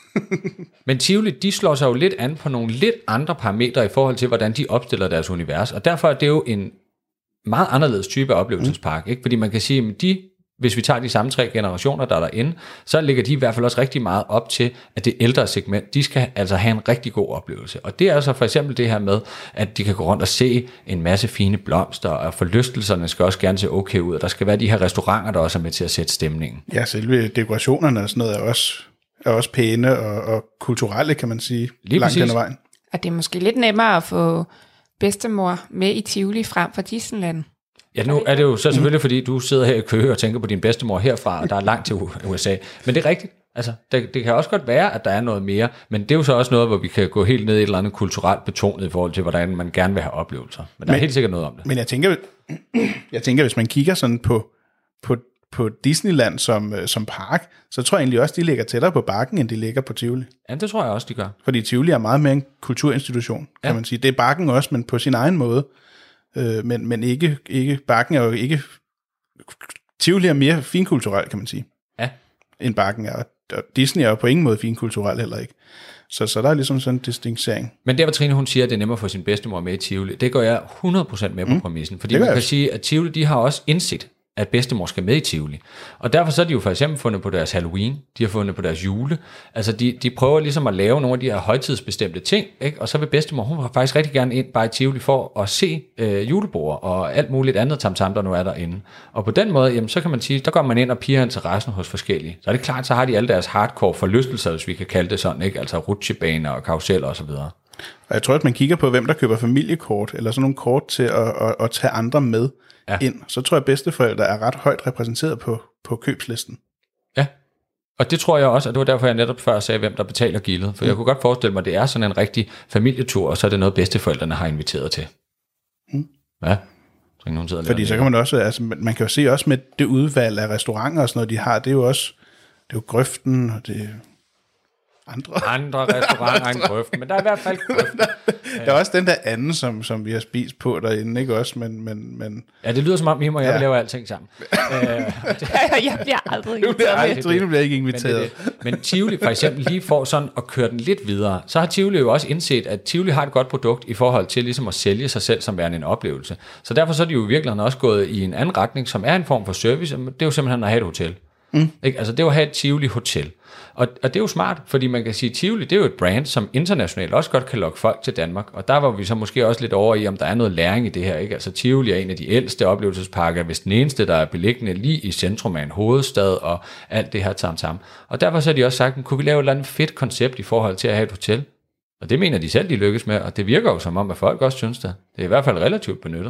Speaker 2: Men Tivoli, de slår sig jo lidt an på nogle lidt andre parametre i forhold til, hvordan de opstiller deres univers. Og derfor er det jo en meget anderledes type af oplevelsespark. Mm. Ikke? Fordi man kan sige, at de, hvis vi tager de samme tre generationer, der er derinde, så ligger de i hvert fald også rigtig meget op til, at det ældre segment, de skal altså have en rigtig god oplevelse. Og det er så for eksempel det her med, at de kan gå rundt og se en masse fine blomster, og forlystelserne skal også gerne se okay ud, og der skal være de her restauranter, der også er med til at sætte stemningen.
Speaker 3: Ja, selve dekorationerne og sådan noget er også, er også pæne og, og kulturelle, kan man sige,
Speaker 2: Lige
Speaker 3: langt
Speaker 2: præcis.
Speaker 3: hen ad vejen.
Speaker 4: Og det er måske lidt nemmere at få bedstemor med i Tivoli frem for Disneyland.
Speaker 2: Ja, nu er det jo så selvfølgelig, fordi du sidder her i Køge og tænker på din bedstemor herfra, og der er langt til U S A. Men det er rigtigt. Altså, det, det kan også godt være, at der er noget mere, men det er jo så også noget, hvor vi kan gå helt ned i et eller andet kulturelt betonet i forhold til, hvordan man gerne vil have oplevelser. Men der men, er helt sikkert noget om det.
Speaker 3: Men jeg tænker, jeg tænker hvis man kigger sådan på, på, på Disneyland som, som park, så tror jeg egentlig også, de ligger tættere på Bakken, end de ligger på Tivoli.
Speaker 2: Ja, det tror jeg også, de gør.
Speaker 3: Fordi Tivoli er meget mere en kulturinstitution, kan
Speaker 2: Ja.
Speaker 3: man sige. Det er Bakken også, men på sin egen måde. Øh, men men ikke, ikke, Bakken er jo ikke... Tivoli er mere finkulturel, kan man sige,
Speaker 2: Ja.
Speaker 3: end Bakken er. Og Disney er jo på ingen måde finkulturel heller ikke. Så, så der er ligesom sådan en distinksering.
Speaker 2: Men der, hvor Trine hun siger, at det er nemmere for sin bedstemor med i Tivoli, det går jeg hundrede procent med på mm. præmissen. Fordi
Speaker 3: Det gør
Speaker 2: man
Speaker 3: jeg
Speaker 2: kan
Speaker 3: også.
Speaker 2: sige, at Tivoli, de har også indset, at bedstemor skal med i Tivoli. Og derfor så er de jo for eksempel fundet på deres Halloween, de har fundet på deres jule. Altså de, de prøver ligesom at lave nogle af de her højtidsbestemte ting, ikke? Og så vil bedstemor, hun har faktisk rigtig gerne ind bare i Tivoli for at se øh, julebord og alt muligt andet tamtam, der nu er derinde. Og på den måde, jamen, så kan man sige, der går man ind og piger interessen hos forskellige. Så er det klart, så har de alle deres hardcore forlystelser, hvis vi kan kalde det sådan, ikke? Altså rutsjebaner og karuseller osv.
Speaker 3: Og jeg tror, at man kigger på, hvem der køber familiekort, eller sådan nogle kort til at, at, at tage andre med
Speaker 2: Ja.
Speaker 3: ind, så tror jeg, at bedsteforældre er ret højt repræsenteret på, på købslisten.
Speaker 2: Ja, og det tror jeg også, og det var derfor, jeg netop før sagde, hvem der betaler gildet. For mm. jeg kunne godt forestille mig, at det er sådan en rigtig familietur, og så er det noget, bedsteforældrene har inviteret til.
Speaker 3: Mm.
Speaker 2: Ja, så nogen sidder og
Speaker 3: Fordi
Speaker 2: laver
Speaker 3: så
Speaker 2: det.
Speaker 3: kan man også, altså man kan jo se også med det udvalg af restauranter og sådan noget, de har, det er jo også, det er jo Grøften, og det er andre.
Speaker 2: Andre restauranter end Grøften, men der er i hvert fald Grøften.
Speaker 3: Der er også den der anden, som, som vi har spist på derinde, ikke også? Men, men, men
Speaker 2: Ja, det lyder som om, Mim og jeg
Speaker 3: Ja.
Speaker 2: laver alting sammen. øh,
Speaker 4: Jeg bliver aldrig
Speaker 3: nu bliver
Speaker 4: inviteret med.
Speaker 3: jeg, Trine bliver ikke
Speaker 2: Men,
Speaker 3: inviteret.
Speaker 2: det, er det. Men Tivoli for eksempel lige får sådan at køre den lidt videre, så har Tivoli jo også indset, at Tivoli har et godt produkt i forhold til ligesom at sælge sig selv som værende en oplevelse. Så derfor så er de jo i virkeligheden også gået i en anden retning, som er en form for service, og det er jo simpelthen at have et hotel. Mm. Ikke? Altså det er jo at have et Tivoli hotel. Og, og det er jo smart, fordi man kan sige, at Tivoli, det er jo et brand, som internationalt også godt kan lokke folk til Danmark. Og der var vi så måske også lidt over i, om der er noget læring i det her. Ikke? Altså Tivoli er en af de ældste oplevelsesparker, hvis den eneste, der er beliggende lige i centrum af en hovedstad og alt det her tam-tam. Og derfor så har de også sagt, kunne vi lave et eller andet fedt koncept i forhold til at have et hotel? Og det mener de selv, de lykkes med, og det virker jo som om, at folk også synes det. Det er i hvert fald relativt benyttet.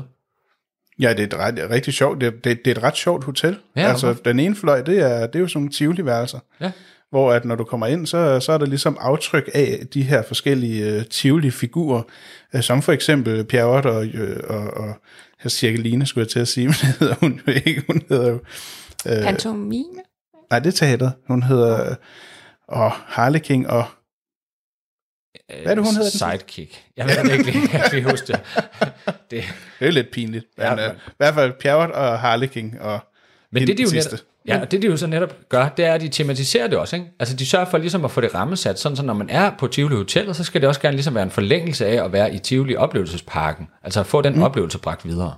Speaker 3: Ja, det er et ret, rigtig sjovt. Det, det, det er et ret sjovt hotel.
Speaker 2: Ja,
Speaker 3: altså,
Speaker 2: hvorfor?
Speaker 3: den ene fløj, det er, det er jo sådan nogle Tivoli-værelser.
Speaker 2: Ja.
Speaker 3: Hvor at når du kommer ind, så, så er der ligesom aftryk af de her forskellige uh, Tivoli-figurer, uh, som for eksempel Pjerrot og, uh, og, og her Cirkeline, skulle jeg til at sige, men det hedder hun jo ikke. Hun hedder jo... Uh,
Speaker 4: Pantomime?
Speaker 3: nej, det er teateret. Hun hedder... Uh, og Harleking og... Hvad er det, hun hedder?
Speaker 2: Sidekick. Jeg ved det ikke, jeg kan ikke huske det. det.
Speaker 3: Det er lidt pinligt.
Speaker 2: Ja,
Speaker 3: Men, uh,
Speaker 2: men-
Speaker 3: I hvert fald Pjerrot og Harleking og...
Speaker 2: Men det, de jo
Speaker 3: sidste.
Speaker 2: netop, ja, og det, de jo så netop gør, det er, at de tematiserer det også. Ikke? Altså, de sørger for ligesom at få det rammesat, sådan så når man er på Tivoli Hotellet, så skal det også gerne ligesom være en forlængelse af at være i Tivoli Oplevelsesparken. Altså at få den mm. oplevelse bragt videre.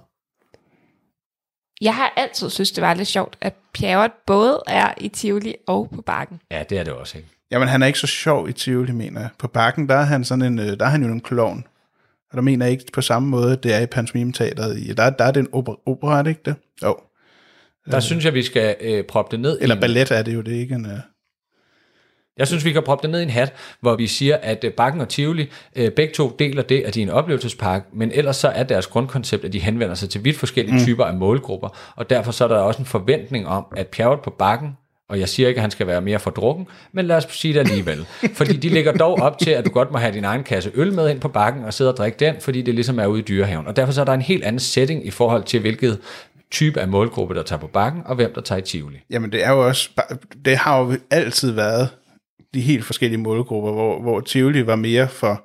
Speaker 4: Jeg har altid synes det var lidt sjovt, at Pjerrot både er i Tivoli og på Bakken.
Speaker 2: Ja, det er det også, ikke?
Speaker 3: Jamen, han er ikke så sjov i Tivoli, mener jeg. På Bakken, der er han sådan en, øh, der er han jo en klovn. Og der mener jeg ikke på samme måde, det er i pantomimeteateret. I. Der, der er det en opera, opera, er det ikke det? Jo.
Speaker 2: Der øh. synes jeg, vi skal øh, proppe det ned.
Speaker 3: Eller
Speaker 2: i en,
Speaker 3: ballet er det jo, det er ikke en... Øh...
Speaker 2: Jeg synes, vi kan proppe det ned i en hat, hvor vi siger, at øh, Bakken og Tivoli, øh, begge to deler det, at de er en oplevelsespark, men ellers så er deres grundkoncept, at de henvender sig til vidt forskellige mm. typer af målgrupper, og derfor så er der også en forventning om, at Pjerrot på Bakken, og jeg siger ikke, at han skal være mere fordrukken, men lad os sige det alligevel. Fordi de lægger dog op til, at du godt må have din egen kasse øl med ind på Bakken og sidde og drikke den, fordi det ligesom er ude i Dyrehaven. Og derfor så er der en helt anden setting i forhold til, hvilket type af målgruppe, der tager på Bakken, og hvem der tager i Tivoli.
Speaker 3: Jamen det er jo også, det har jo altid været de helt forskellige målgrupper, hvor, hvor Tivoli var mere for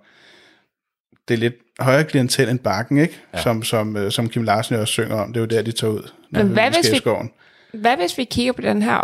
Speaker 3: det lidt højere klientel end Bakken, ikke? Ja. Som, som, som Kim Larsen også synger om. Det er jo der, de tager ud.
Speaker 4: Men hvad hvis, vi, hvad hvis vi kigger på den her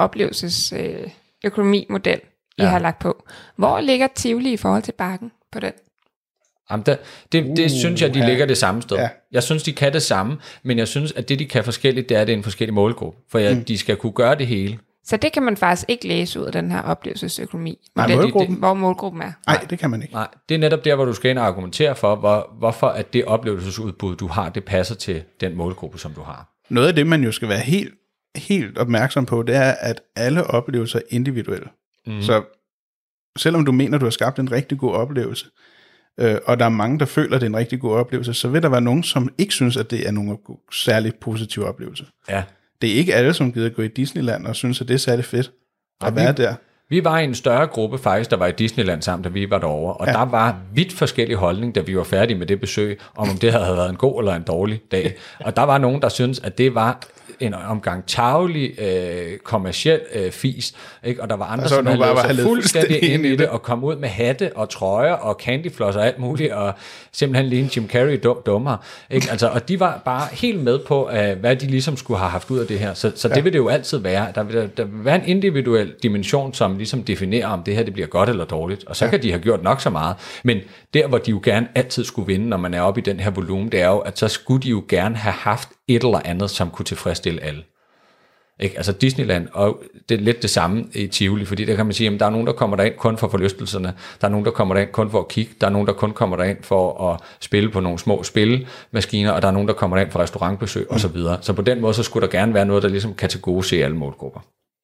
Speaker 4: oplevelsesøkonomimodel, I ja. har lagt på? Hvor ligger Tivoli i forhold til Bakken på den?
Speaker 2: Jamen, der, det, det uh, synes jeg, de ja. ligger det samme sted.
Speaker 3: Ja.
Speaker 2: Jeg synes, de kan det samme, men jeg synes, at det, de kan forskelligt, det er, at det er en forskellig målgruppe. For jeg, mm. de skal kunne gøre det hele.
Speaker 4: Så det kan man faktisk ikke læse ud af den her oplevelsesøkonomi,
Speaker 3: Nej,
Speaker 4: den,
Speaker 3: målgruppen.
Speaker 4: hvor målgruppen er.
Speaker 3: Nej, det kan man ikke.
Speaker 2: Nej, det er netop der, hvor du skal ind og argumentere for, hvor, hvorfor at det oplevelsesudbud, du har, det passer til den målgruppe, som du har.
Speaker 3: Noget af det, man jo skal være helt, helt opmærksom på, det er, at alle oplevelser er individuelle. Mm. Så selvom du mener, du har skabt en rigtig god oplevelse, øh, og der er mange, der føler, at det er en rigtig god oplevelse, så vil der være nogen, som ikke synes, at det er nogen særligt positive oplevelser.
Speaker 2: Ja.
Speaker 3: Det er ikke alle, som gider gå i Disneyland og synes, at det er særlig fedt at være der.
Speaker 2: Vi var i en større gruppe faktisk, der var i Disneyland sammen, da vi var derovre, og ja. der var vidt forskellige holdning, da vi var færdige med det besøg, om om det havde været en god eller en dårlig dag. Og der var nogen, der syntes, at det var en omgang tarvelig, øh, kommerciel øh, fis, ikke? Og der var andre,
Speaker 3: så
Speaker 2: som havde lavet sig
Speaker 3: fuldstændig
Speaker 2: ind i det, og kom ud med hatte og trøjer og candyfloss og alt muligt, og simpelthen lige en Jim Carrey dum dummer. Ikke? Altså, og de var bare helt med på, øh, hvad de ligesom skulle have haft ud af det her. Så, så ja. det vil det jo altid være. Der vil, der, der vil være en individuel dimension, som ligesom definerer, om det her det bliver godt eller dårligt. Og så ja. kan de have gjort nok så meget. Men der, hvor de jo gerne altid skulle vinde, når man er oppe i den her volumen, det er jo, at så skulle de jo gerne have haft et eller andet, som kunne tilfredsstille alle. Ikke? Altså Disneyland, og det er lidt det samme i Tivoli, fordi der kan man sige, at der er nogen, der kommer derind kun for forlystelserne, der er nogen, der kommer derind kun for at kigge, der er nogen, der kun kommer derind for at spille på nogle små spillemaskiner, og der er nogen, der kommer derind for restaurantbesøg mm. osv. Så, så på den måde, så skulle der gerne være noget, der ligesom kan tilgodese alle målgrupper.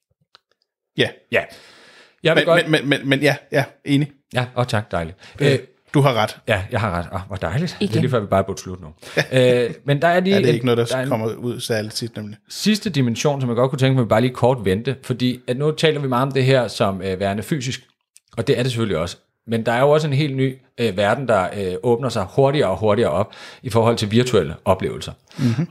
Speaker 3: Ja.
Speaker 2: Ja. Jeg
Speaker 3: men,
Speaker 2: godt...
Speaker 3: men, men, men ja, ja, enig.
Speaker 2: Ja, og tak, dejligt.
Speaker 3: Øh, Du har ret.
Speaker 2: Ja, jeg har ret. Oh, hvor dejligt. Igen. Det er lige før, vi bare er på et slut nu. øh, men der er lige...
Speaker 3: Ja, det er ikke noget, der,
Speaker 2: der en,
Speaker 3: kommer ud særligt tit, nemlig.
Speaker 2: Sidste dimension, som jeg godt kunne tænke mig, vi bare lige kort vente, fordi at nu taler vi meget om det her som øh, værende fysisk, og det er det selvfølgelig også. Men der er jo også en helt ny øh, verden, der øh, åbner sig hurtigere og hurtigere op i forhold til virtuelle oplevelser. Mm-hmm.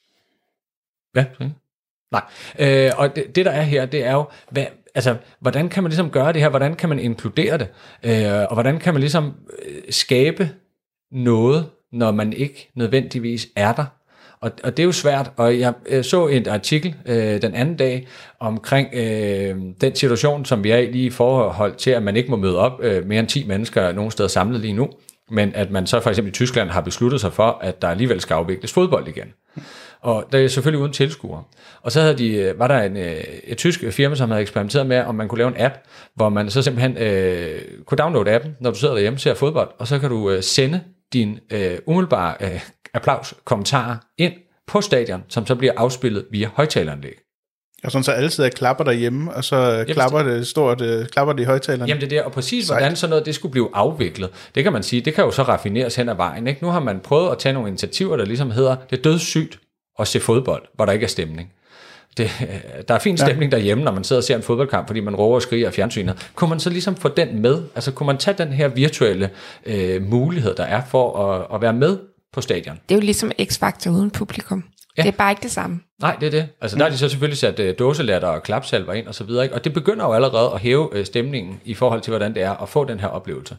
Speaker 2: Ja, nej. Øh, og det, det, der er her, det er jo... Hvad, altså, hvordan kan man ligesom gøre det her? Hvordan kan man inkludere det? Øh, og hvordan kan man ligesom skabe noget, når man ikke nødvendigvis er der? Og, og det er jo svært, og jeg så et artikel øh, den anden dag omkring øh, den situation, som vi er i lige i forhold til, at man ikke må møde op øh, mere end ti mennesker nogen steder samlet lige nu, men at man så for eksempel i Tyskland har besluttet sig for, at der alligevel skal afvikles fodbold igen. Og der er selvfølgelig uden tilskuere. Og så havde de, var der en, et tysk firma, som havde eksperimenteret med, om man kunne lave en app, hvor man så simpelthen øh, kunne downloade appen, når du sidder derhjemme og ser fodbold, og så kan du øh, sende din øh, umiddelbare øh, applaus, kommentarer ind på stadion, som så bliver afspillet via højtaleranlæg. Og
Speaker 3: sådan så alle sidder og klapper derhjemme, og så Jamen, klapper det stort, øh, klapper det i højtalerne.
Speaker 2: Jamen det der, og præcis Sejt. hvordan sådan noget det skulle blive afviklet, det kan man sige, det kan jo så raffineres hen ad vejen. Ikke? Nu har man prøvet at tage nogle initiativer, der ligesom hedder, det er dødssygt at se fodbold, hvor der ikke er stemning. Det, der er fin stemning ja. derhjemme, når man sidder og ser en fodboldkamp, fordi man råber og skriger af fjernsynet. Kunne man så ligesom få den med? Altså kunne man tage den her virtuelle øh, mulighed, der er for at, at være med på stadion?
Speaker 4: Det er jo ligesom X-Factor uden publikum. Ja. Det er bare ikke det samme.
Speaker 2: Nej, det er det. Altså der har de så selvfølgelig sat uh, dåselatter og klapsalver ind og så videre, ikke? Og det begynder jo allerede at hæve uh, stemningen i forhold til, hvordan det er at få den her oplevelse.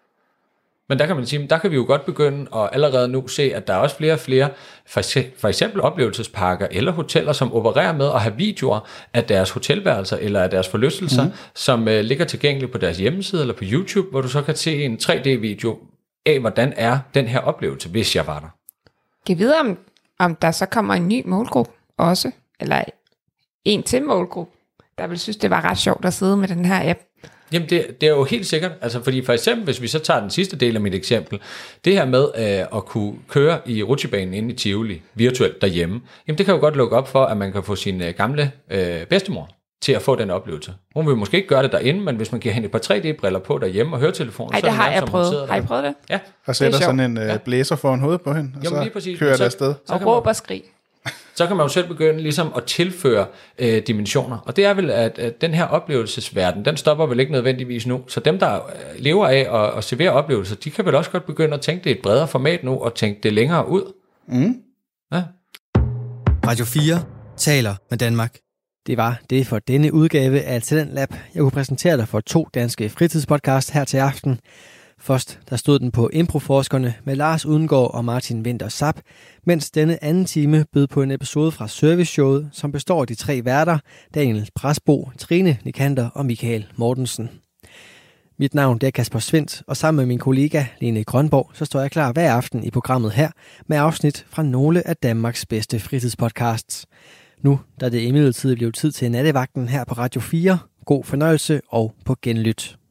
Speaker 2: Men der kan man sige, der kan vi jo godt begynde at allerede nu se, at der er også flere og flere, for eksempel oplevelsesparker eller hoteller, som opererer med at have videoer af deres hotelværelser eller af deres forlystelser, mm. som uh, ligger tilgængeligt på deres hjemmeside eller på YouTube, hvor du så kan se en tre D-video af, hvordan er den her oplevelse, hvis jeg var der.
Speaker 4: Kan vide, om, om der så kommer en ny målgruppe også, eller en til målgruppe, der vil synes, det var ret sjovt at sidde med den her app.
Speaker 2: Jamen det, det er jo helt sikkert, altså fordi for eksempel, hvis vi så tager den sidste del af mit eksempel, det her med øh, at kunne køre i rutsjebanen inde i Tivoli, virtuelt derhjemme, jamen det kan jo godt lukke op for, at man kan få sin øh, gamle øh, bedstemor til at få den oplevelse. Hun vil måske ikke gøre det derinde, men hvis man giver hende et par tre D-briller på derhjemme og høretelefoner,
Speaker 4: Ej,
Speaker 2: så er det
Speaker 4: har jeg
Speaker 2: som
Speaker 4: prøvet. Har I prøvet det?
Speaker 2: Ja.
Speaker 3: Og sætter sådan en øh, blæser foran hovedet på hende, og
Speaker 2: jamen,
Speaker 3: så
Speaker 2: lige præcis.
Speaker 3: kører
Speaker 2: så,
Speaker 3: det afsted.
Speaker 4: Og råb og skrig.
Speaker 2: Så kan man jo selv begynde ligesom at tilføre øh, dimensioner. Og det er vel, at, at den her oplevelsesverden, den stopper vel ikke nødvendigvis nu. Så dem, der lever af at, at servere oplevelser, de kan vel også godt begynde at tænke det i et bredere format nu, og tænke det længere ud.
Speaker 3: Mm.
Speaker 2: Ja.
Speaker 1: Radio fire taler med Danmark. Det var det for denne udgave af Talentlab. Jeg kunne præsentere dig for to danske fritidspodcast her til aften. Først der stod den på Improforskerne med Lars Udengård og Martin Winther Zapp, mens denne anden time bød på en episode fra Serviceshowet, som består af de tre værter, Daniel Prasbo, Trine Nikander og Michael Mortensen. Mit navn det er Kasper Svendt, og sammen med min kollega Lene Grønborg, så står jeg klar hver aften i programmet her med afsnit fra nogle af Danmarks bedste fritidspodcasts. Nu, da det imidlertid blev tid til nattevagten her på Radio fire, god fornøjelse og på genlyt.